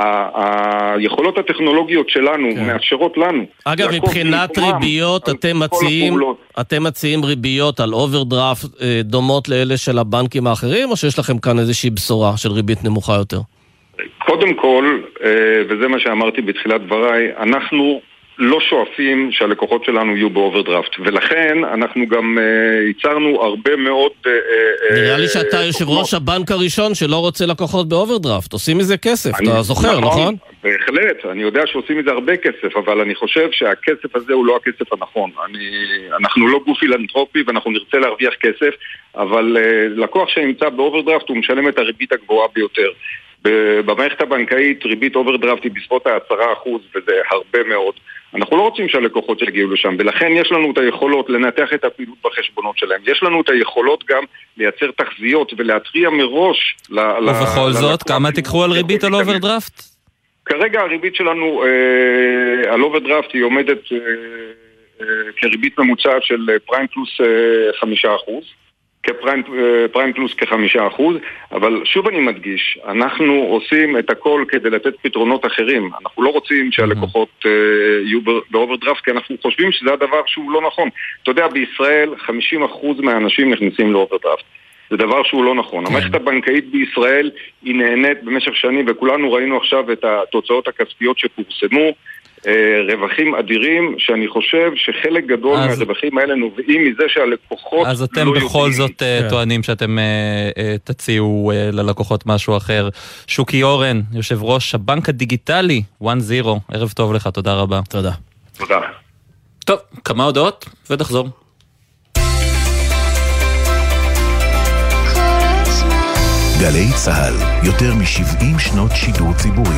היכולות הטכנולוגיות שלנו מאפשרות לנו. אגב, מבחינת ריביות, אתם מציעים אתם מציעים ריביות על אוברדרפט דומות לאלה של הבנקים האחרים, או שיש לכם כאן איזושהי בשורה של ריבית נמוכה יותר? קודם כל, וזה מה שאמרתי בתחילת דבריי, אנחנו לא שואפים שהלקוחות שלנו יהיו באוברדרפט, ולכן אנחנו גם uh, ייצרנו הרבה מאוד... Uh, נראה uh, לי שאתה uh, יושב ראש הבנק הראשון שלא רוצה לקוחות באוברדרפט, עושים מזה כסף, אני, אתה זוכר, נכון? נכון? בהחלט, אני יודע שעושים מזה הרבה כסף, אבל אני חושב שהכסף הזה הוא לא הכסף הנכון. אני, אנחנו לא גוף פילנתרופי ואנחנו נרצה להרוויח כסף, אבל uh, לקוח שנמצא באוברדרפט הוא משלם את הריבית הגבוהה ביותר. במערכת הבנקאית ריבית אוברדרפט היא בסביבות ה-עשרה אחוז, וזה הרבה מאוד. אנחנו לא רוצים שהלקוחות יגיעו לשם, ולכן יש לנו את היכולות לנתח את הפעילות בחשבונות שלהם. יש לנו את היכולות גם לייצר תחזיות ולהתריע מראש. ובכל זאת, כמה תיקחו על ריבית על אוברדרפט? כרגע הריבית שלנו על אוברדרפט היא עומדת כריבית ממוצעת של פריים פלוס חמישה אחוז. כפריים פריים פלוס כחמישה אחוז, אבל שוב אני מדגיש, אנחנו עושים את הכל כדי לתת פתרונות אחרים. אנחנו לא רוצים שהלקוחות uh, יהיו באוברדרפט, כי אנחנו חושבים שזה הדבר שהוא לא נכון. אתה יודע, בישראל חמישים אחוז מהאנשים נכנסים לאוברדרפט. זה דבר שהוא לא נכון. המערכת הבנקאית בישראל היא נהנית במשך שנים, וכולנו ראינו עכשיו את התוצאות הכספיות שפורסמו, רווחים אדירים, שאני חושב שחלק גדול אז... מהרווחים האלה נובעים מזה שהלקוחות אז אתם לא בכל יודעים. זאת כן. טוענים שאתם תציעו ללקוחות משהו אחר. שוקי אורן, יושב ראש הבנק הדיגיטלי, וואן זירו, ערב טוב לך, תודה רבה. תודה. תודה. טוב, כמה הודעות ותחזור. גלי צהל, יותר מ-שבעים שנות שידור ציבורי.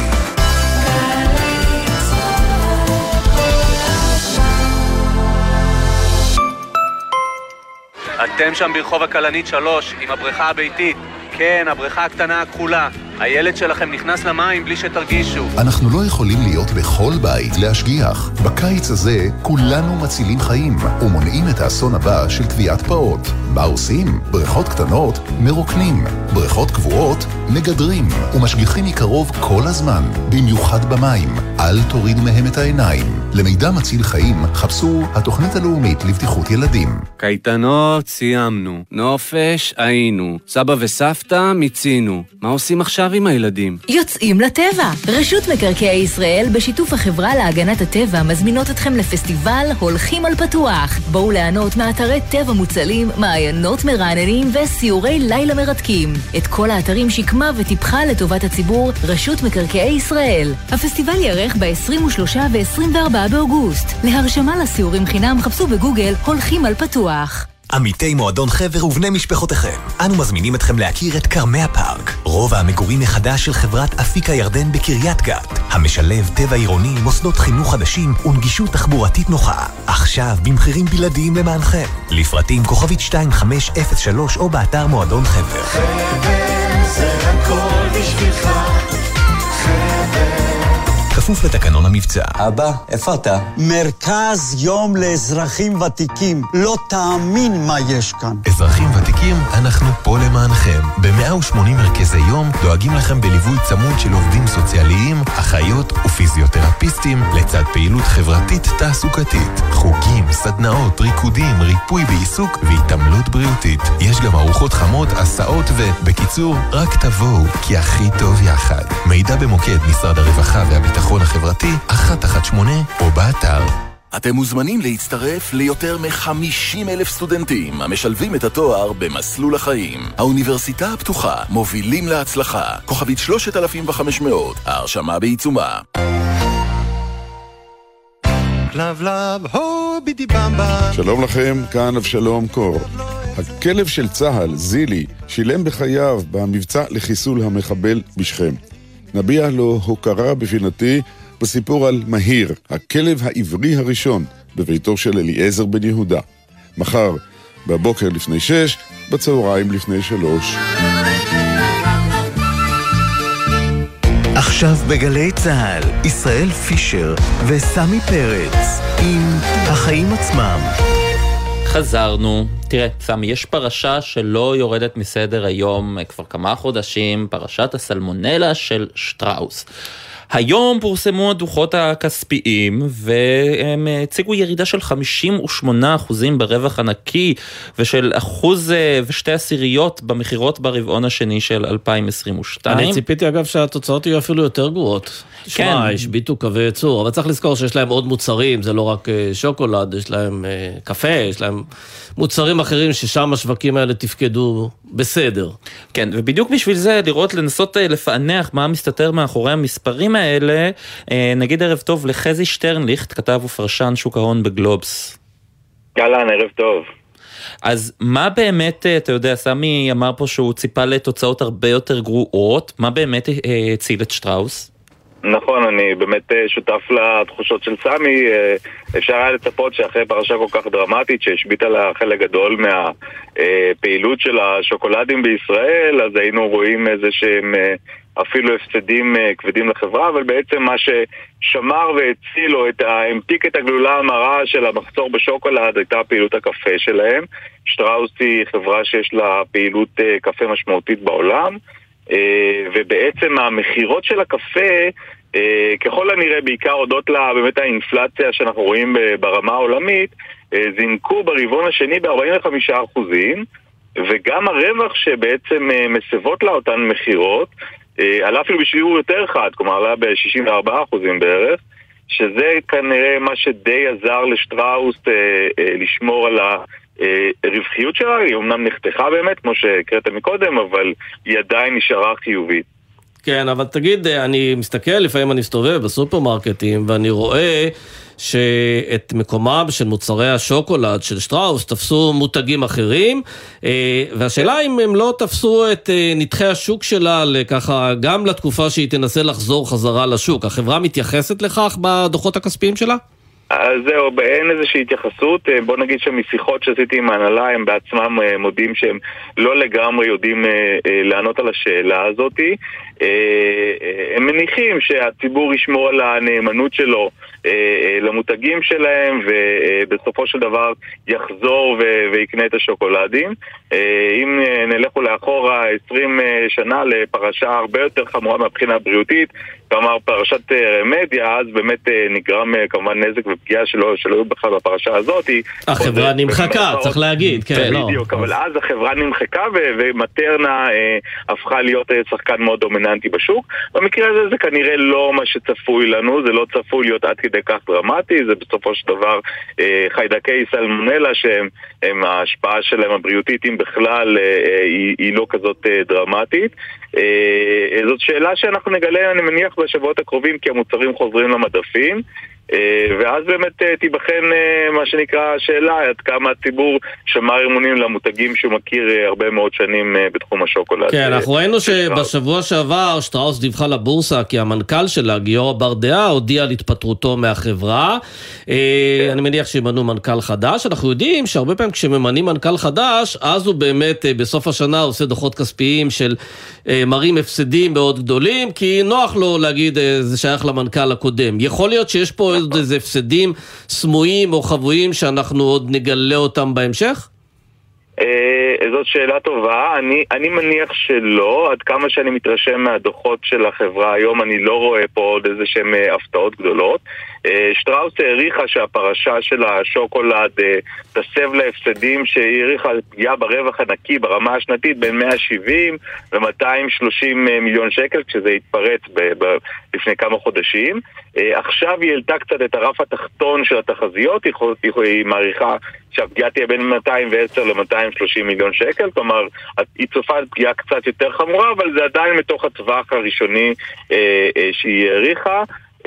אתם שם ברחוב הכלנית שלוש עם הבריכה הביתית. כן, הבריכה הקטנה הכחולה. הילד שלכם נכנס למים בלי שתרגישו. אנחנו לא יכולים להיות בכל בית להשגיח. בקיץ הזה כולנו מצילים חיים ומונעים את האסון הבא של טביעת פעוט. מה עושים? בריכות קטנות מרוקנים, בריכות קבועות מגדרים ומשגיחים מקרוב כל הזמן, במיוחד במים. אל תורידו מהם את העיניים. למידע מציל חיים חפשו התוכנית הלאומית לבטיחות ילדים. קייטנות סיימנו, נופש היינו, סבא וסבתא מיצינו. מה עושים עכשיו עם הילדים? יוצאים לטבע. רשות מקרקעי ישראל בשיתוף החברה להגנת הטבע מזמינות אתכם לפסטיבל הולכים על פתוח. בואו ליהנות מאתרי טבע מוצלים, מעיינות מרעננים וסיורי לילה מרתקים. את כל האתרים שיקמה וטיפחה לטובת הציבור רשות מקרקעי ישראל. הפסטיבל יארך ב-עשרים ושלושה ו-עשרים וארבעה באוגוסט. להרשמה לסיורים חינם חפשו בגוגל הולכים על פתוח. עמיתי מועדון חבר ובני משפחותיכם, אנו מזמינים אתכם להכיר את קרמי הפארק, רובע המגורים מחדש של חברת אפיקה ירדן בקריית גת, המשלב טבע עירוני, מוסדות חינוך חדשים ונגישות תחבורתית נוחה. עכשיו במחירים בלעדיים למענכם. לפרטים כוכבית שתיים חמש אפס שלוש או באתר מועדון חבר. חבר זה הכל בשבילך. חבר כפוף לתקנון המבצע. אבא, איפה אתה? מרכז יום לאזרחים ותיקים. לא תאמין מה יש כאן. אזרחים ותיקים, אנחנו פה למענכם. ב-מאה ושמונים מרכזי יום דואגים לכם בליווי צמוד של עובדים סוציאליים, אחיות ופיזיותרפיסטים, לצד פעילות חברתית תעסוקתית. חוגים, סדנאות, ריקודים, ריפוי בעיסוק והתעמלות בריאותית. יש גם ארוחות חמות, הסעות ובקיצור, רק תבואו, כי הכי טוב יחד. מידע במוקד משרד הרווחה והביטחון החברתי אחת אחת שמונה או באתר. אתם מוזמנים להצטרף ליותר מ-חמישים אלף סטודנטים המשלבים את התואר במסלול החיים. האוניברסיטה הפתוחה, מובילים להצלחה. כוכבית שלושת אלפים וחמש מאות, ההרשמה בעיצומה. לב לב, הו בידי במבה. שלום לכם, כאן אבשלום קור. הכלב של צהל, זילי, שילם בחייו במבצע לחיסול המחבל בשכם. נביע לו הוקרה בפינתי בסיפור על מהיר, הכלב העברי הראשון, בביתו של אליעזר בן יהודה. מחר, בבוקר לפני שש, בצהריים לפני שלוש. עכשיו בגלי צהל, ישראל פישר וסמי פרץ עם החיים עצמם. חזרנו. תראה, סמי, יש פרשה שלא יורדת מסדר היום כבר כמה חודשים, פרשת הסלמונלה של שטראוס. היום פורסמו הדוחות הכספיים, והם הציגו ירידה של חמישים ושמונה אחוזים ברווח הנקי, ושל אחוז ושתי עשיריות במחירות ברבעון השני של אלפיים עשרים ושתיים. אני ציפיתי אגב שהתוצאות יהיו אפילו יותר גרועות. תשמע, יש ביטו קווי ייצור, אבל צריך לזכור שיש להם עוד מוצרים, זה לא רק שוקולד, יש להם קפה, יש להם מוצרים אחרים ששם השווקים האלה תפקדו בסדר. כן, ובדיוק בשביל זה לראות, לנסות לפענח מה מסתתר מאחורי המספרים האלה, נגיד ערב טוב לחזי שטרנליכט, כתב ופרשן שוק ההון בגלובס. אהלן, ערב טוב. אז מה באמת, אתה יודע, סמי אמר פה שהוא ציפה לתוצאות הרבה יותר גרועות, מה באמת הציל את שטראוס? נכון, אני באמת שותף לתחושות של סמי. אפשר היה לצפות שאחרי פרשה כל כך דרמטית שהשביטה לה חלק גדול מהפעילות של השוקולדים בישראל, אז היינו רואים איזה שהם אפילו הפסדים כבדים לחברה, אבל בעצם מה ששמר והציל או המתיק את הגלולה המרה של המחסור בשוקולד הייתה פעילות הקפה שלהם. שטראוס היא חברה שיש לה פעילות קפה משמעותית בעולם, ובעצם המחירות של הקפה ככל הנראה בעיקר הודות לה באמת האינפלציה שאנחנו רואים ברמה העולמית זינקו ברבעון השני ב-ארבעים וחמישה אחוזים, וגם הרווח שבעצם מסבות לה אותן מחירות עלה אפילו בשיעור יותר חד, כלומר עלה ב-שישים וארבעה אחוזים בערך, שזה כנראה מה שדי עזר לשטראוס לשמור על ה... רווחיות שלה. היא אומנם נחתכה באמת כמו שהקראת מקודם, אבל היא עדיין נשארה חיובית. כן, אבל תגיד, אני מסתכל, לפעמים אני מסתובב בסופרמרקטים, ואני רואה שאת מקומם של מוצרי השוקולד של שטראוס תפסו מותגים אחרים, והשאלה אם הם לא תפסו את נתחי השוק שלה ככה גם לתקופה שהיא תנסה לחזור חזרה לשוק. החברה מתייחסת לכך בדוחות הכספיים שלה? אז זהו, אין איזושהי התייחסות. בוא נגיד שמשיחות שעשיתי עם ההנהלה, הם בעצמם מודים שהם לא לגמרי יודעים לענות על השאלה הזאת. הם מניחים שהציבור ישמור על הנאמנות שלו למותגים שלהם, ובסופו של דבר יחזור ויקנה את השוקולדים. אם נלכו לאחורה עשרים שנה לפרשה הרבה יותר חמורה מהבחינה הבריאותית, כלומר פרשת רמדיה, אז באמת נגרם כמובן נזק ופגיעה שלא היו בכלל בפרשה הזאת. החברה נמחקה, צריך להגיד, כן, לא. בדיוק, אבל אז החברה נמחקה ומטרנה הפכה להיות שחקן מאוד דומיננטי בשוק. במקרה הזה זה כנראה לא מה שצפוי לנו, זה לא צפוי להיות עד כדי כך דרמטי, זה בסופו של דבר חיידקי סלמונלה שהם ההשפעה שלהם הבריאותית, אם בכלל היא לא כזאת דרמטית. זאת שאלה שאנחנו נגלה, אני מניח, בשבועות הקרובים, כי המוצרים חוזרים למדפים, ואז באמת תיבחן מה שנקרא השאלה, עד כמה הציבור שמר אמונים למותגים שהוא מכיר הרבה מאוד שנים בתחום השוקולד. כן, אנחנו ראינו שבשבוע שעבר שטראוס דיווחה לבורסה כי המנכ"ל שלה, גיורא ברדעה, הודיע על התפטרותו מהחברה. אני מניח שימנו מנכ"ל חדש. אנחנו יודעים שהרבה פעמים כשממנים מנכ"ל חדש, אז הוא באמת בסוף השנה עושה דוחות כספיים של מראים הפסדים מאוד גדולים, כי נוח לו להגיד זה שייך למנכ"ל הקודם. יכול להיות שיש פה איזה הפסדים סמויים או חבויים שאנחנו עוד נגלה אותם בהמשך? זאת שאלה טובה. אני, אני מניח שלא. עד כמה שאני מתרשם מהדוחות של החברה היום, אני לא רואה פה עוד איזה שהם הפתעות גדולות. שטראוס העריכה שהפרשה של השוקולד תסב להפסדים שהעריכה פגיעה ברווח הנקי ברמה השנתית בין מאה שבעים ו-מאתיים ושלושים מיליון שקל, כשזה התפרץ ב- ב- לפני כמה חודשים. עכשיו היא העלתה קצת את הרף התחתון של התחזיות, היא מעריכה שהפגיעה תהיה בין מאתיים ועשר ל-מאתיים ושלושים מיליון שקל, כלומר היא צופה פגיעה קצת יותר חמורה, אבל זה עדיין מתוך הטווח הראשוני שהיא העריכה.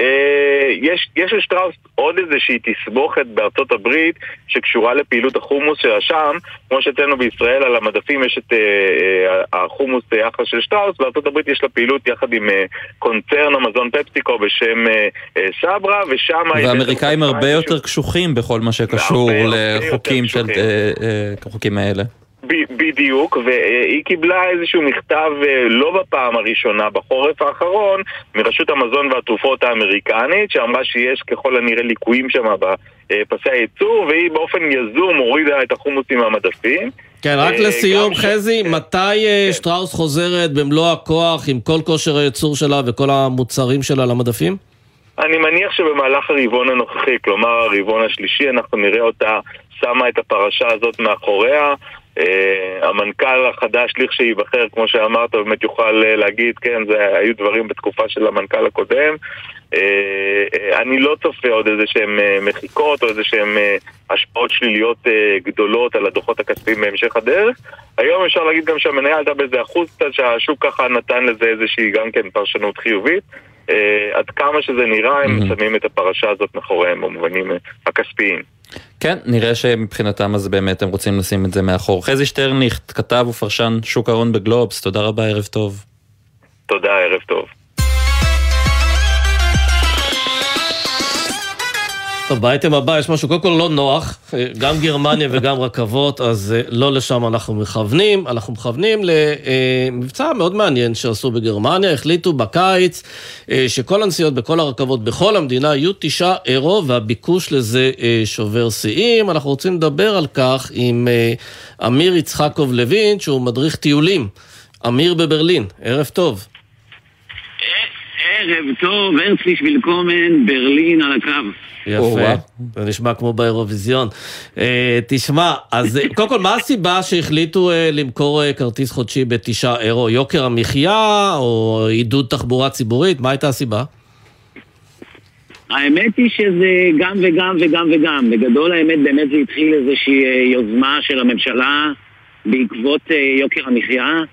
יש, יש לשטראוס עוד איזושהי תסבוכת בארצות הברית שקשורה לפעילות החומוס של השם, כמו שאצלנו בישראל על המדפים יש את אה, החומוס יחד של שטראוס, בארצות הברית יש לה פעילות יחד עם אה, קונצרן המזון פפסיקו בשם אה, אה, סברה, ושם... והאמריקאים הרבה יותר קשוחים בכל מה שקשור לחוקים של אה, אה, החוקים האלה. בדיוק, והיא קיבלה איזשהו מכתב לא בפעם הראשונה, בחורף האחרון, מרשות המזון והתרופות האמריקנית, שאמרה שיש ככל הנראה ליקויים שם בפסי הייצור, והיא באופן יזום הורידה את החומוסים מהמדפים. כן, רק לסיום, חזי, מתי שטראוס חוזרת במלוא הכוח עם כל כושר הייצור שלה וכל המוצרים שלה למדפים? אני מניח שבמהלך הרבעון הנוכחי, כלומר הרבעון השלישי, אנחנו נראה אותה שמה את הפרשה הזאת מאחוריה. Uh, המנכ"ל החדש לכשייבחר, כמו שאמרת, באמת יוכל להגיד, כן, זה היו דברים בתקופה של המנכ"ל הקודם. uh, uh, אני לא צופה עוד איזה שהם uh, מחיקות או איזה שהם uh, השפעות שליליות uh, גדולות על הדוחות הכספיים בהמשך הדרך. היום אפשר להגיד גם שהמניה עלתה באיזה אחוז קצת, שהשוק ככה נתן לזה איזושהי גם כן פרשנות חיובית. uh, עד כמה שזה נראה, הם mm-hmm. שמים את הפרשה הזאת מאחוריהם במובנים uh, הכספיים. כן, נראה שמבחינתם אז באמת הם רוצים לשים את זה מאחור. חזי שטרניכט, כתב ופרשן שוק ההון בגלובס, תודה רבה, ערב טוב. תודה, ערב טוב. טוב, באייטם הבא יש משהו קודם כל לא נוח, גם גרמניה וגם רכבות, אז לא לשם אנחנו מכוונים, אנחנו מכוונים למבצע מאוד מעניין שעשו בגרמניה, החליטו בקיץ שכל הנסיעות בכל הרכבות בכל המדינה יהיו תשעה אירו, והביקוש לזה שובר שיאים. אנחנו רוצים לדבר על כך עם אמיר יצחקוב לוין, שהוא מדריך טיולים. אמיר בברלין, ערב טוב. ערב טוב, הרצליש וילקומן, ברלין על הקו. יפה, זה נשמע כמו באירוויזיון. תשמע, אז קודם כל, מה הסיבה שהחליטו למכור כרטיס חודשי בתשעה אירו? יוקר המחיה או עידוד תחבורה ציבורית? מה הייתה הסיבה? האמת היא שזה גם וגם וגם וגם. בגדול האמת באמת זה התחיל איזושהי יוזמה של הממשלה בעקבות יוקר המחיה.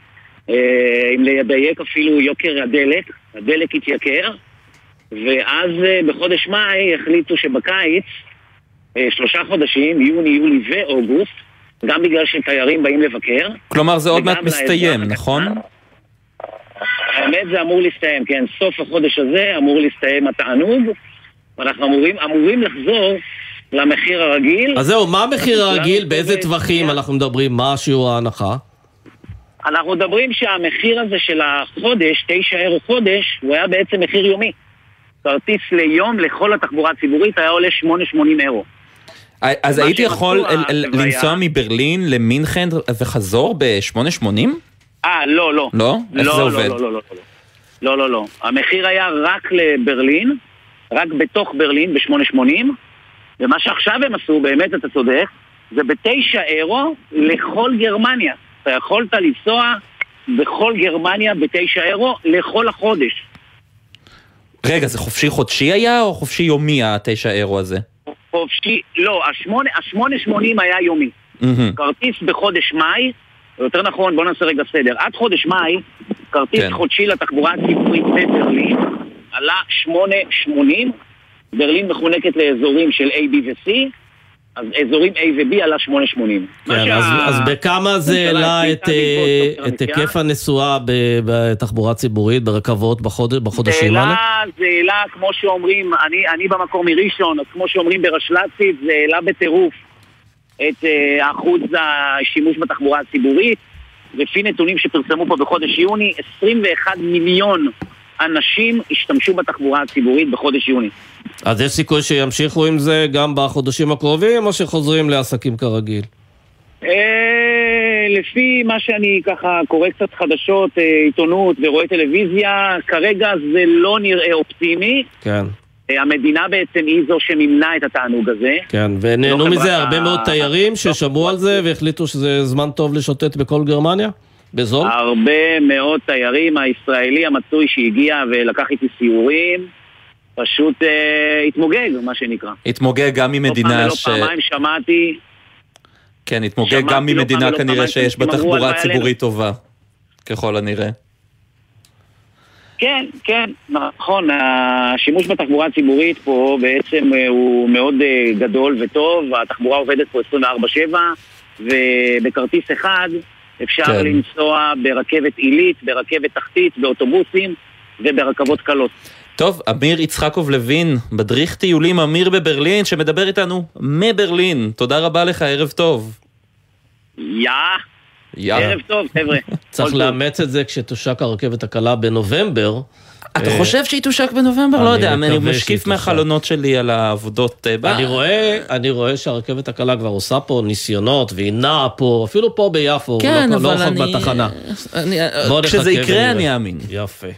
אם לדייק אפילו יוקר הדלק, הדלק התייקר, ואז בחודש מאי החליטו שבקיץ, שלושה חודשים, יוני, יולי ואוגוסט, גם בגלל שתיירים באים לבקר. כלומר זה עוד מעט מסתיים, נכון? האמת זה אמור להסתיים, כן, סוף החודש הזה אמור להסתיים התענוג, ואנחנו אמורים, אמורים לחזור למחיר הרגיל. אז זהו, מה המחיר הרגיל? באיזה טווחים אנחנו מדברים? מה שיעור ההנחה? אנחנו מדברים שהמחיר הזה של החודש, תשע אירו חודש, הוא היה בעצם מחיר יומי. כרטיס ליום לכל התחבורה הציבורית היה עולה שמונה שמונים אירו. אז הייתי יכול לנסוע מברלין למינכן וחזור ב-שמונה שמונים? אה, לא, לא. לא? איך זה עובד? לא, לא, לא, לא. לא, לא, לא. המחיר היה רק לברלין, רק בתוך ברלין ב-שמונה שמונים, ומה שעכשיו הם עשו, באמת אתה צודק, זה בתשע אירו לכל גרמניה. אתה יכולת לנסוע בכל גרמניה בתשע אירו לכל החודש. רגע, זה חופשי חודשי היה או חופשי יומי התשע אירו הזה? חופשי, לא, השמונה שמונים היה יומי. כרטיס בחודש מאי, יותר נכון, בוא נעשה רגע סדר. עד חודש מאי, כרטיס חודשי לתחבורה הציבורית בברלין עלה שמונה שמונים, ברלין מחונקת לאזורים של A, B ו-C, אז אזורים A ו-B עלה שמונה שמונים. כן, אז בכמה זה העלה את היקף הנסיעה בתחבורה ציבורית, ברכבות בחודשים האלה? זה העלה, כמו שאומרים, אני במקור מראשון, אז כמו שאומרים ברשל"צית, זה העלה בטירוף את אחוז השימוש בתחבורה הציבורית, לפי נתונים שפרסמו פה בחודש יוני, עשרים ואחד מיליון אנשים השתמשו בתחבורה הציבורית בחודש יוני. אז יש סיכוי שימשיכו עם זה גם בחודשים הקרובים, או שחוזרים לעסקים כרגיל? לפי מה שאני ככה קורא קצת חדשות, עיתונות ורואה טלוויזיה, כרגע זה לא נראה אופטימי. כן. המדינה בעצם היא זו שמימנה את התענוג הזה. כן, ונהנו מזה הרבה מאוד תיירים ששמעו על זה והחליטו שזה זמן טוב לשוטט בכל גרמניה? בזול? הרבה מאוד תיירים, הישראלי המצוי שהגיע ולקח איתי סיורים, פשוט אה, התמוגג, מה שנקרא. התמוגג גם ממדינה ש... לא פעמיים שמעתי... כן, התמוגג גם ממדינה לא כנראה שיש בה תחבורה ציבורית טובה, ככל הנראה. כן, כן, נכון, השימוש בתחבורה הציבורית פה בעצם הוא מאוד גדול וטוב, התחבורה עובדת פה עשרים וארבע שבע, ובכרטיס אחד אפשר כן. לנסוע ברכבת עילית, ברכבת תחתית, באוטובוסים וברכבות קלות. טוב, אמיר יצחקוב לוין, מדריך טיולים אמיר בברלין, שמדבר איתנו מברלין. תודה רבה לך, ערב טוב. יא, ערב טוב, חבר'ה. צריך לאמץ את זה כשתושק הרכבת הקלה בנובמבר. אתה חושב שהיא תושק בנובמבר? לא יודע, אני משקיף מהחלונות שלי על העבודות. אני רואה שהרכבת הקלה כבר עושה פה ניסיונות, והיא נעה פה, אפילו פה ביפו, לא רחוק בתחנה. כשזה יקרה אני אאמין. יפה.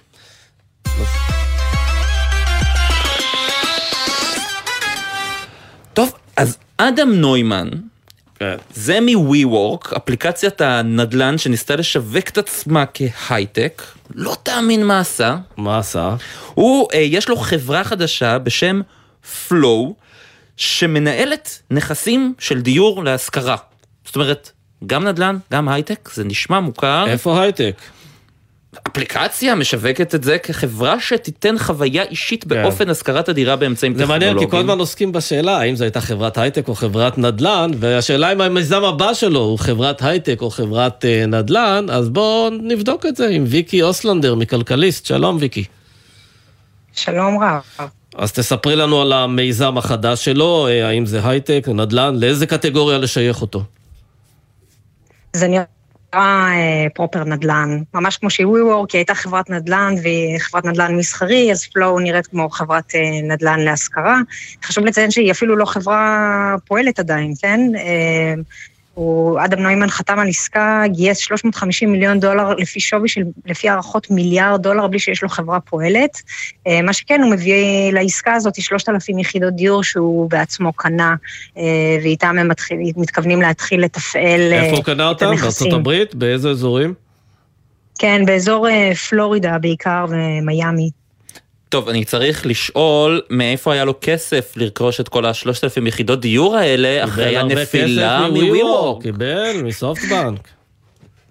טוב, אז אדם נוימן, זה מ-WeWork, אפליקציית הנדל"ן שניסתה לשווק את עצמה כהייטק, לא תאמין מה עשה. מה עשה? הוא, יש לו חברה חדשה בשם Flow, שמנהלת נכסים של דיור להשכרה. זאת אומרת, גם נדל"ן, גם הייטק, זה נשמע מוכר. איפה הייטק? אפליקציה משווקת את זה כחברה שתיתן חוויה אישית באופן השכרת הדירה באמצעים טכנולוגיים. זה מעניין, כי כל הזמן עוסקים בשאלה, האם זו הייתה חברת הייטק או חברת נדל"ן, והשאלה אם המיזם הבא שלו הוא חברת הייטק או חברת נדל"ן, אז בואו נבדוק את זה עם ויקי אוסלנדר מכלכליסט. שלום ויקי. שלום רב. אז תספרי לנו על המיזם החדש שלו, האם זה הייטק, נדל"ן, לאיזה קטגוריה לשייך אותו? זה נראה פרופר נדל"ן, ממש כמו שהיא WeWork, היא הייתה חברת נדל"ן והיא חברת נדל"ן מסחרי, אז Flow נראית כמו חברת נדל"ן להשכרה. חשוב לציין שהיא אפילו לא חברה פועלת עדיין, כן? הוא, אדם נוימן חתם על עסקה, גייס שלוש מאות וחמישים מיליון דולר לפי שווי של, לפי הערכות מיליארד דולר, בלי שיש לו חברה פועלת. מה שכן, הוא מביא לעסקה הזאת שלושת אלפים יחידות דיור שהוא בעצמו קנה, ואיתם הם מתחיל, מתכוונים להתחיל לתפעל את הנכסים. איפה הוא קנה אותם? בארצות הברית? באיזה אזורים? כן, באזור פלורידה בעיקר ומיימי. טוב, אני צריך לשאול מאיפה היה לו כסף לרכוש את כל השלושת אלפים יחידות דיור האלה, אחרי הנפילה מ-WeWork. קיבל מסופטבנק.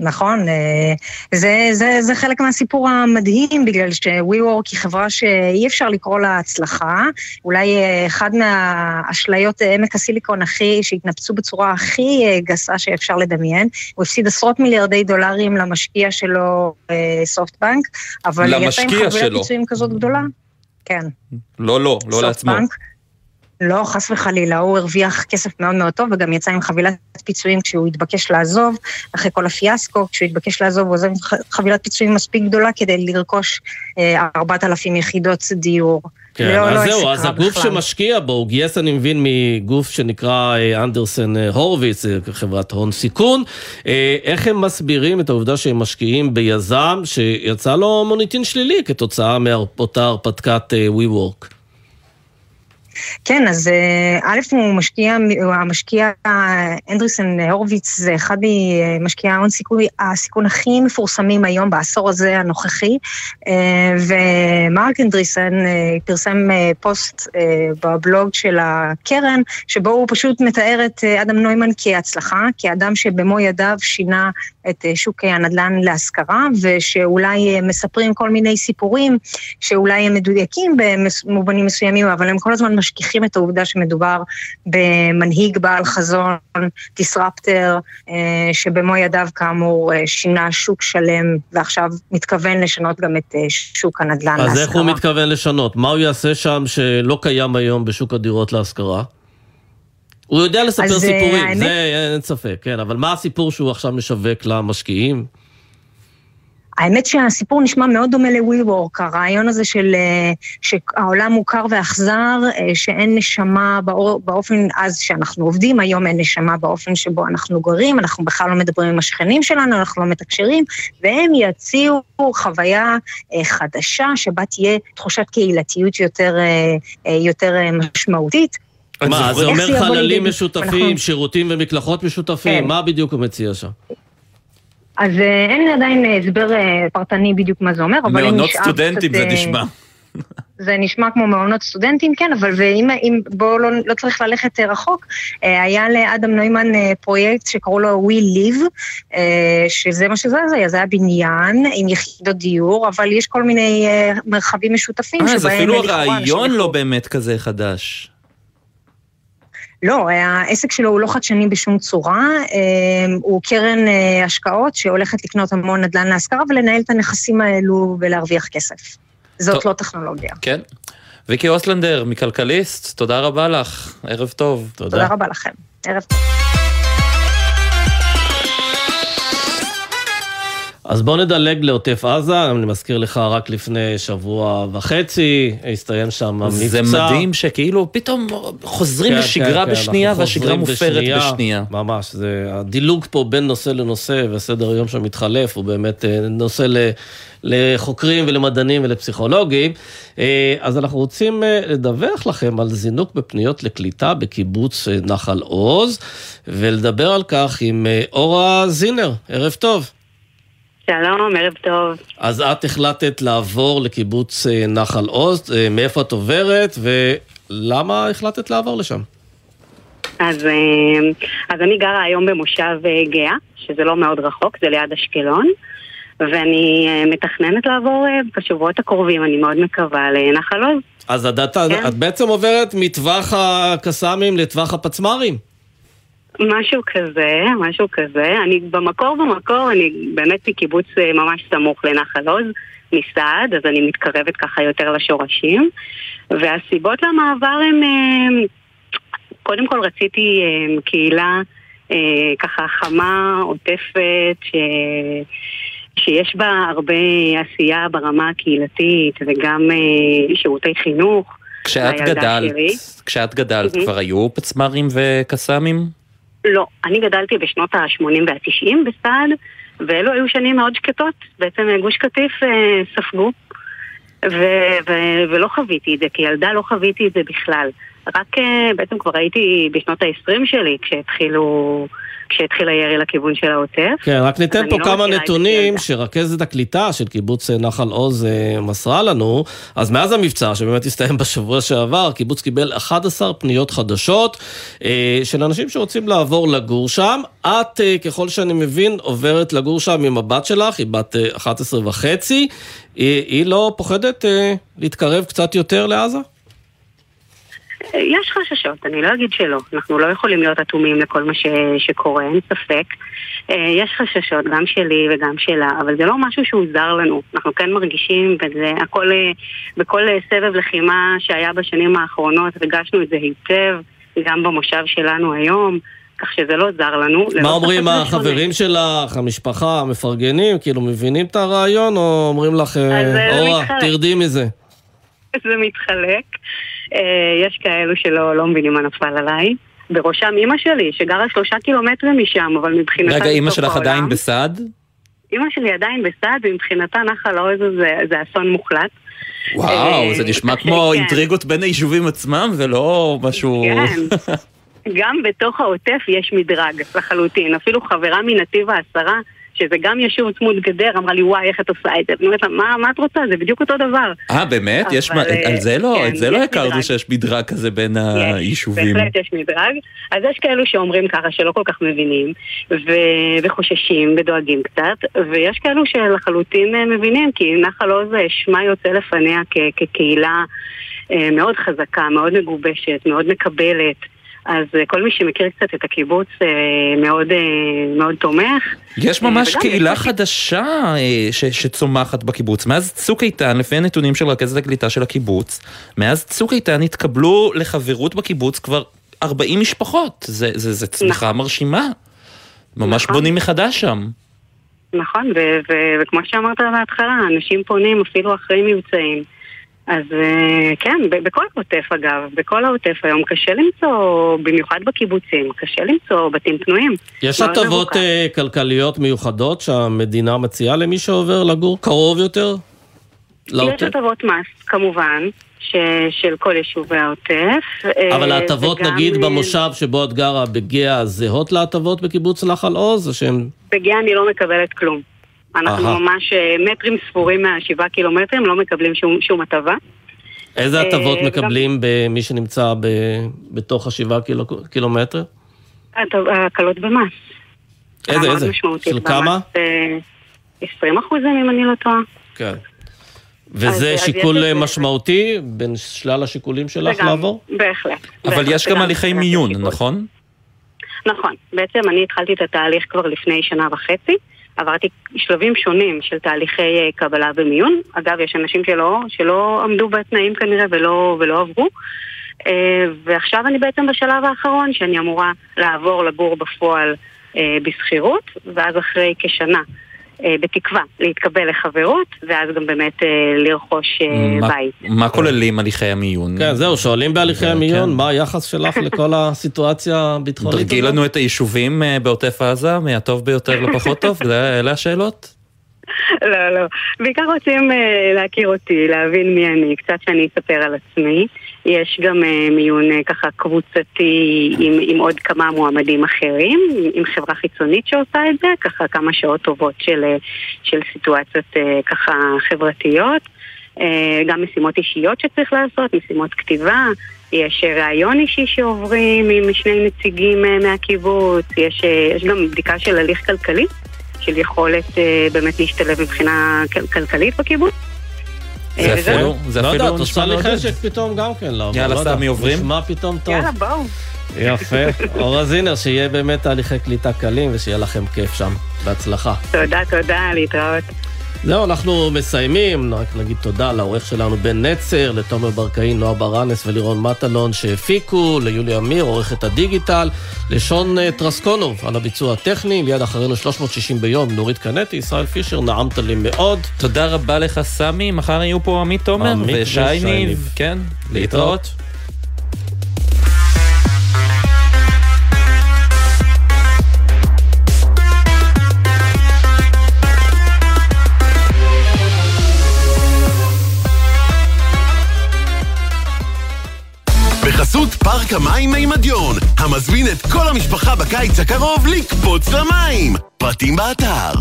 נכון, זה, זה, זה חלק מהסיפור המדהים, בגלל ש-WeWork היא חברה שאי אפשר לקרוא לה הצלחה, אולי אחד מהאשליות עמק הסיליקון הכי, שהתנפצו בצורה הכי גסה שאפשר לדמיין, הוא הפסיד עשרות מיליארדי דולרים למשקיע שלו, סופטבנק, אבל יצא עם חבילת פיצויים כזאת גדולה. כן. לא, לא, לא לעצמו. לא, חס וחלילה, הוא הרוויח כסף מאוד מאוד טוב, וגם יצא עם חבילת פיצויים כשהוא התבקש לעזוב, אחרי כל הפיאסקו, כשהוא התבקש לעזוב, הוא עוזב עם חבילת פיצויים מספיק גדולה, כדי לרכוש ארבעת אלפים יחידות דיור. כן, לא, אז לא זהו, אז הגוף בכלל. שמשקיע בו, הוא גייס, אני מבין, מגוף שנקרא אנדרסן הורוביץ, חברת הון סיכון, איך הם מסבירים את העובדה שהם משקיעים ביזם, שיצא לו מוניטין שלילי, כתוצאה מאותה הרפתקת WeWork? כן, אז א' הוא משקיע, המשקיע אנדרסן הורוביץ זה אחד ממשקיעי ההון הסיכון הכי מפורסמים היום בעשור הזה הנוכחי, ומרק אנדרסן פרסם פוסט בבלוג של הקרן, שבו הוא פשוט מתאר את אדם נוימן כהצלחה, כאדם שבמו ידיו שינה את שוק הנדל"ן להשכרה, ושאולי מספרים כל מיני סיפורים, שאולי הם מדויקים במובנים מסוימים, אבל הם כל הזמן משכיחים את העובדה שמדובר במנהיג בעל חזון, דיסרפטר, שבמו ידיו כאמור שינה שוק שלם, ועכשיו מתכוון לשנות גם את שוק הנדל"ן להשכרה. אז איך הוא מתכוון לשנות? מה הוא יעשה שם שלא קיים היום בשוק הדירות להשכרה? הוא יודע לספר סיפורים, האמת... זה אין ספק, כן, אבל מה הסיפור שהוא עכשיו משווק למשקיעים? האמת שהסיפור נשמע מאוד דומה ל-WeWork, הרעיון הזה של שהעולם מוכר ואחזר, שאין נשמה באופן אז שאנחנו עובדים, היום אין נשמה באופן שבו אנחנו גרים, אנחנו בכלל לא מדברים עם השכנים שלנו, אנחנו לא מתקשרים, והם יציעו חוויה חדשה, שבה תהיה תחושת קהילתיות יותר, יותר משמעותית. מה, זה אומר חללים משותפים, שירותים ומקלחות משותפים, מה בדיוק הוא מציע שם? אז אין עדיין הסבר פרטני בדיוק מה זה אומר, אבל מעונות סטודנטים זה נשמע. זה נשמע כמו מעונות סטודנטים, כן, אבל ואם בואו לא, לא צריך ללכת רחוק, היה לאדם נוימן פרויקט שקראו לו We Live, שזה מה שזה היה, זה היה בניין עם יחידות דיור, אבל יש כל מיני מרחבים משותפים. אז אפילו הרעיון לא באמת כזה חדש. לא, העסק שלו הוא לא חדשני בשום צורה, הוא קרן השקעות שהולכת לקנות המון נדל"ן להשכרה ולנהל את הנכסים האלו ולהרוויח כסף. זאת לא טכנולוגיה. כן. ויקי אוסלנדר, מכלכליסט, תודה רבה לך, ערב טוב. תודה רבה לכם, ערב טוב. אז בואו נדלג לעוטף עזה, אני מזכיר לך רק לפני שבוע וחצי, הסתיים שם מבצע. זה מדהים שכאילו פתאום חוזרים לשגרה בשנייה, והשגרה מופרת בשנייה. ממש, זה הדילוג פה בין נושא לנושא, וסדר היום שמתחלף, הוא באמת נושא לחוקרים ולמדענים ולפסיכולוגים. אז אנחנו רוצים לדווח לכם על זינוק בפניות לקליטה בקיבוץ נחל עוז, ולדבר על כך עם אורה זינר. ערב טוב. שלום, ערב טוב. אז את החלטת לעבור לקיבוץ נחל עוז, מאיפה את עוברת ולמה החלטת לעבור לשם? אז, אז אני גרה היום במושב גאה, שזה לא מאוד רחוק, זה ליד אשקלון, ואני מתכננת לעבור בשבועות הקרובים, אני מאוד מקווה לנחל עוז. אז את, כן? את בעצם עוברת מטווח הקסאמים לטווח הפצמרים? משהו כזה, משהו כזה. אני במקור במקור, אני באמת מקיבוץ ממש סמוך לנחל עוז, מסעד, אז אני מתקרבת ככה יותר לשורשים. והסיבות למעבר הם, קודם כל רציתי קהילה ככה חמה, עוטפת, ש... שיש בה הרבה עשייה ברמה הקהילתית וגם שירותי חינוך. כשאת גדלת, כשאת גדלת כבר היו פצמרים וקסאמים? לא, אני גדלתי בשנות ה-שמונים וה-תשעים בסעד, ואלו היו שנים מאוד שקטות, בעצם גוש קטיף אה, ספגו, ו- ו- ולא חוויתי את זה, כי ילדה לא חוויתי את זה בכלל. רק אה, בעצם כבר הייתי בשנות ה-עשרים שלי, כשהתחילו, כשהתחיל הירי לכיוון של העוטף. כן, רק ניתן פה כמה נתונים שרכזת הקליטה של קיבוץ נחל עוז מסרה לנו. אז מאז המבצע, שבאמת הסתיים בשבוע שעבר, קיבוץ קיבל אחת עשרה פניות חדשות של אנשים שרוצים לעבור לגור שם. את, ככל שאני מבין, עוברת לגור שם עם הבת שלך, היא בת אחת עשרה וחצי. היא, היא לא פוחדת להתקרב קצת יותר לעזה? יש חששות, אני לא אגיד שלא. אנחנו לא יכולים להיות אטומים לכל מה ש... שקורה, אין ספק. יש חששות, גם שלי וגם שלה, אבל זה לא משהו שהוא זר לנו. אנחנו כן מרגישים, וזה הכל, בכל סבב לחימה שהיה בשנים האחרונות, הרגשנו את זה היטב, גם במושב שלנו היום, כך שזה לא זר לנו. מה אומרים החברים שלך, המשפחה, המפרגנים, כאילו מבינים את הרעיון, או אומרים לך, אורה, תרדי מזה? זה מתחלק. יש כאלו שלא לא מבינים מה נפל עליי. בראשם אמא שלי, שגרה שלושה קילומטרים משם, אבל מבחינתה... רגע, אמא שלך עדיין בסד? אמא שלי עדיין בסד, ומבחינתה נחל עוז זה, זה אסון מוחלט. וואו, זה נשמע כמו אינטריגות בין היישובים עצמם, ולא משהו... כן. גם בתוך העוטף יש מדרג לחלוטין. אפילו חברה מנתיב העשרה, שזה גם ישוב צמוד גדר, אמרה לי, וואי, איך את עושה את זה? אני אומרת לה, מה, מה את רוצה? זה בדיוק אותו דבר. אה, באמת? יש מה, על זה לא, את זה לא הכרנו שיש מדרג כזה בין היישובים. בהחלט יש מדרג. אז יש כאלו שאומרים ככה, שלא כל כך מבינים, וחוששים ודואגים קצת, ויש כאלו שלחלוטין מבינים, כי נחל עוז שמה יוצא לפניה כקהילה מאוד חזקה, מאוד מגובשת, מאוד מקבלת. אז כל מי שמכיר קצת את הקיבוץ מאוד, מאוד תומך. יש ממש קהילה חדשה ש, שצומחת בקיבוץ. מאז צוק איתן, לפי הנתונים של רכזת הקליטה של הקיבוץ, מאז צוק איתן התקבלו לחברות בקיבוץ כבר ארבעים משפחות. זה, זה, זה צמיחה נכון. מרשימה. ממש נכון. בונים מחדש שם. נכון, ו- ו- וכמו שאמרת בהתחלה, אנשים פונים אפילו אחרי מבצעים. אז כן, בכל העוטף אגב, בכל העוטף היום קשה למצוא, במיוחד בקיבוצים, קשה למצוא בתים פנויים. יש הטבות כלכליות מיוחדות שהמדינה מציעה למי שעובר לגור קרוב יותר? יש הטבות מס, כמובן, של כל יישובי העוטף. אבל ההטבות נגיד במושב שבו את גרה בגאה זהות להטבות בקיבוץ נחל עוז? בגאה אני לא מקבלת כלום. אנחנו Aha. ממש מטרים ספורים מהשבעה קילומטרים, לא מקבלים שום, שום הטבה. איזה הטבות מקבלים במי שנמצא ב, בתוך השבעה קילו, קילומטר? הקלות במס. איזה, איזה? של כמה? עשרים אחוזים אם אני לא טועה. כן. וזה אז, שיקול אז משמעותי בין שלל השיקולים שלך וגם, לעבור? בהחלט. אבל בהחלט, יש גם הליכי מיון, נכון? נכון. בעצם אני התחלתי את התהליך כבר לפני שנה וחצי. עברתי שלבים שונים של תהליכי קבלה ומיון. אגב, יש אנשים שלא, שלא עמדו בתנאים כנראה ולא, ולא עברו. ועכשיו אני בעצם בשלב האחרון שאני אמורה לעבור לגור בפועל בסחירות, ואז אחרי כשנה בתקווה להתקבל לחברות, ואז גם באמת לרכוש בית. מה כוללים הליכי המיון? כן, זהו, שואלים בהליכי המיון, מה היחס שלך לכל הסיטואציה הביטחונית? דרגי לנו את היישובים בעוטף עזה, מהטוב ביותר לפחות טוב, אלה השאלות? לא, לא. בעיקר רוצים להכיר אותי, להבין מי אני, קצת שאני אספר על עצמי. יש גם מיון ככה קבוצתי עם, עם עוד כמה מועמדים אחרים, עם חברה חיצונית שעושה את זה, ככה כמה שעות טובות של, של סיטואציות ככה חברתיות, גם משימות אישיות שצריך לעשות, משימות כתיבה, יש רעיון אישי שעוברים עם שני נציגים מהקיבוץ, יש, יש גם בדיקה של הליך כלכלי, של יכולת באמת להשתלב מבחינה כלכלית בקיבוץ. זה אפילו, זה אפילו... לא יודע, תעשה לי חשק פתאום גם כן, לא. יאללה, סמי עוברים. נשמע פתאום טוב. יאללה, בואו. יפה. אורה זינר, שיהיה באמת תהליכי קליטה קלים, ושיהיה לכם כיף שם. בהצלחה. תודה, תודה, להתראות. זהו, אנחנו מסיימים, רק נגיד תודה לעורך שלנו בן נצר, לתומר ברקאי, נועה ברנס ולירון מטלון שהפיקו, ליולי אמיר, עורכת הדיגיטל, לשון טרסקונוב על הביצוע הטכני, ליד אחרינו שלוש מאות שישים ביום, נורית קנטי, ישראל פישר, נעמת לי מאוד. תודה רבה לך סמי, מחר יהיו פה עמית תומר ושי ניב, כן, להתראות. בחסות פארק המים מימדיון, המזמין את כל המשפחה בקיץ הקרוב לקפוץ למים. פרטים באתר.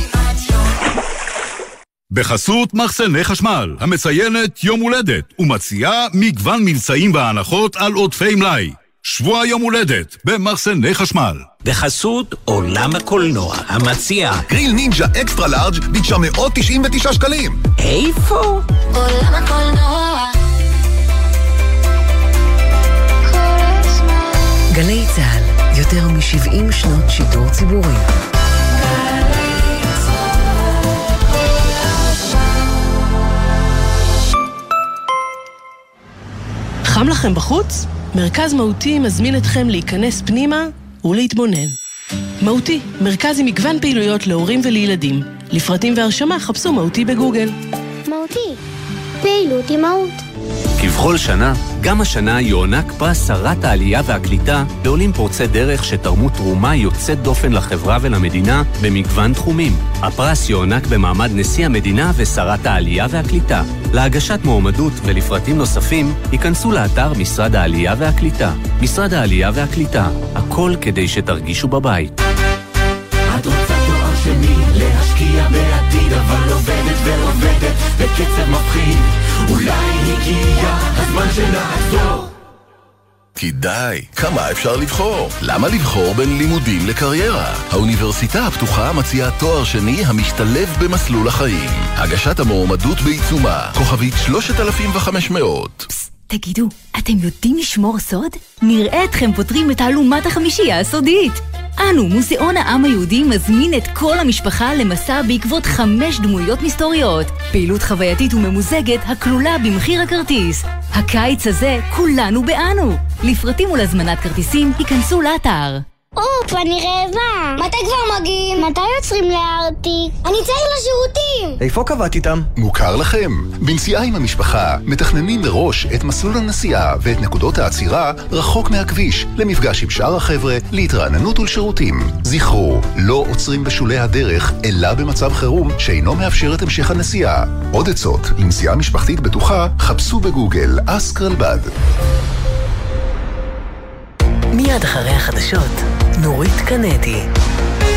בחסות מחסני חשמל, המציינת יום הולדת ומציעה מגוון מבצעים והנחות על עודפי מלאי. שבוע יום הולדת במחסני חשמל. בחסות עולם הקולנוע, המציע גריל נינג'ה אקסטרה לארג' ב-תשע מאות תשעים ותשע שקלים. איפה? עולם הקולנוע. גלי צהל, יותר מ-שבעים שנות שידור ציבורי. חם לכם בחוץ? מרכז מהותי מזמין אתכם להיכנס פנימה ולהתבונן. מהותי, מרכז עם מגוון פעילויות להורים ולילדים. לפרטים והרשמה חפשו מהותי בגוגל. מהותי, פעילות עם מהות. כבכל שנה, גם השנה יוענק פרס שרת העלייה והקליטה לעולים פורצי דרך שתרמו תרומה יוצאת דופן לחברה ולמדינה במגוון תחומים. הפרס יוענק במעמד נשיא המדינה ושרת העלייה והקליטה. להגשת מועמדות ולפרטים נוספים, ייכנסו לאתר משרד העלייה והקליטה. משרד העלייה והקליטה, הכל כדי שתרגישו בבית. את רוצה תואר שני, להשקיע בעתיד, אבל עובדת ועובדת בקצב מפחיד. אולי הגיע הזמן שנעזור. כדאי, כמה אפשר לבחור? למה לבחור בין לימודים לקריירה? האוניברסיטה הפתוחה מציעה תואר שני המשתלב במסלול החיים. הגשת המועמדות בעיצומה, כוכבית שלושת אלפים וחמש מאות. תגידו, אתם יודעים לשמור סוד? נראה אתכם פותרים את תעלומת החמישייה הסודית. אנו, מוזיאון העם היהודי, מזמין את כל המשפחה למסע בעקבות חמש דמויות מסתוריות. פעילות חווייתית וממוזגת הכלולה במחיר הכרטיס. הקיץ הזה כולנו באנו. לפרטים ולהזמנת כרטיסים ייכנסו לאתר. אופ, אני רעבה. מתי כבר מגיעים? מתי יוצרים לארטי? אני צריך לשירותים. איפה קבעת איתם? מוכר לכם. בנסיעה עם המשפחה מתכננים מראש את מסלול הנסיעה ואת נקודות העצירה רחוק מהכביש, למפגש עם שאר החבר'ה, להתרעננות ולשירותים. זכרו, לא עוצרים בשולי הדרך, אלא במצב חירום שאינו מאפשר את המשך הנסיעה. עוד עצות לנסיעה משפחתית בטוחה, חפשו בגוגל אסק רלב"ד. מיד אחרי החדשות, נורית קנדי.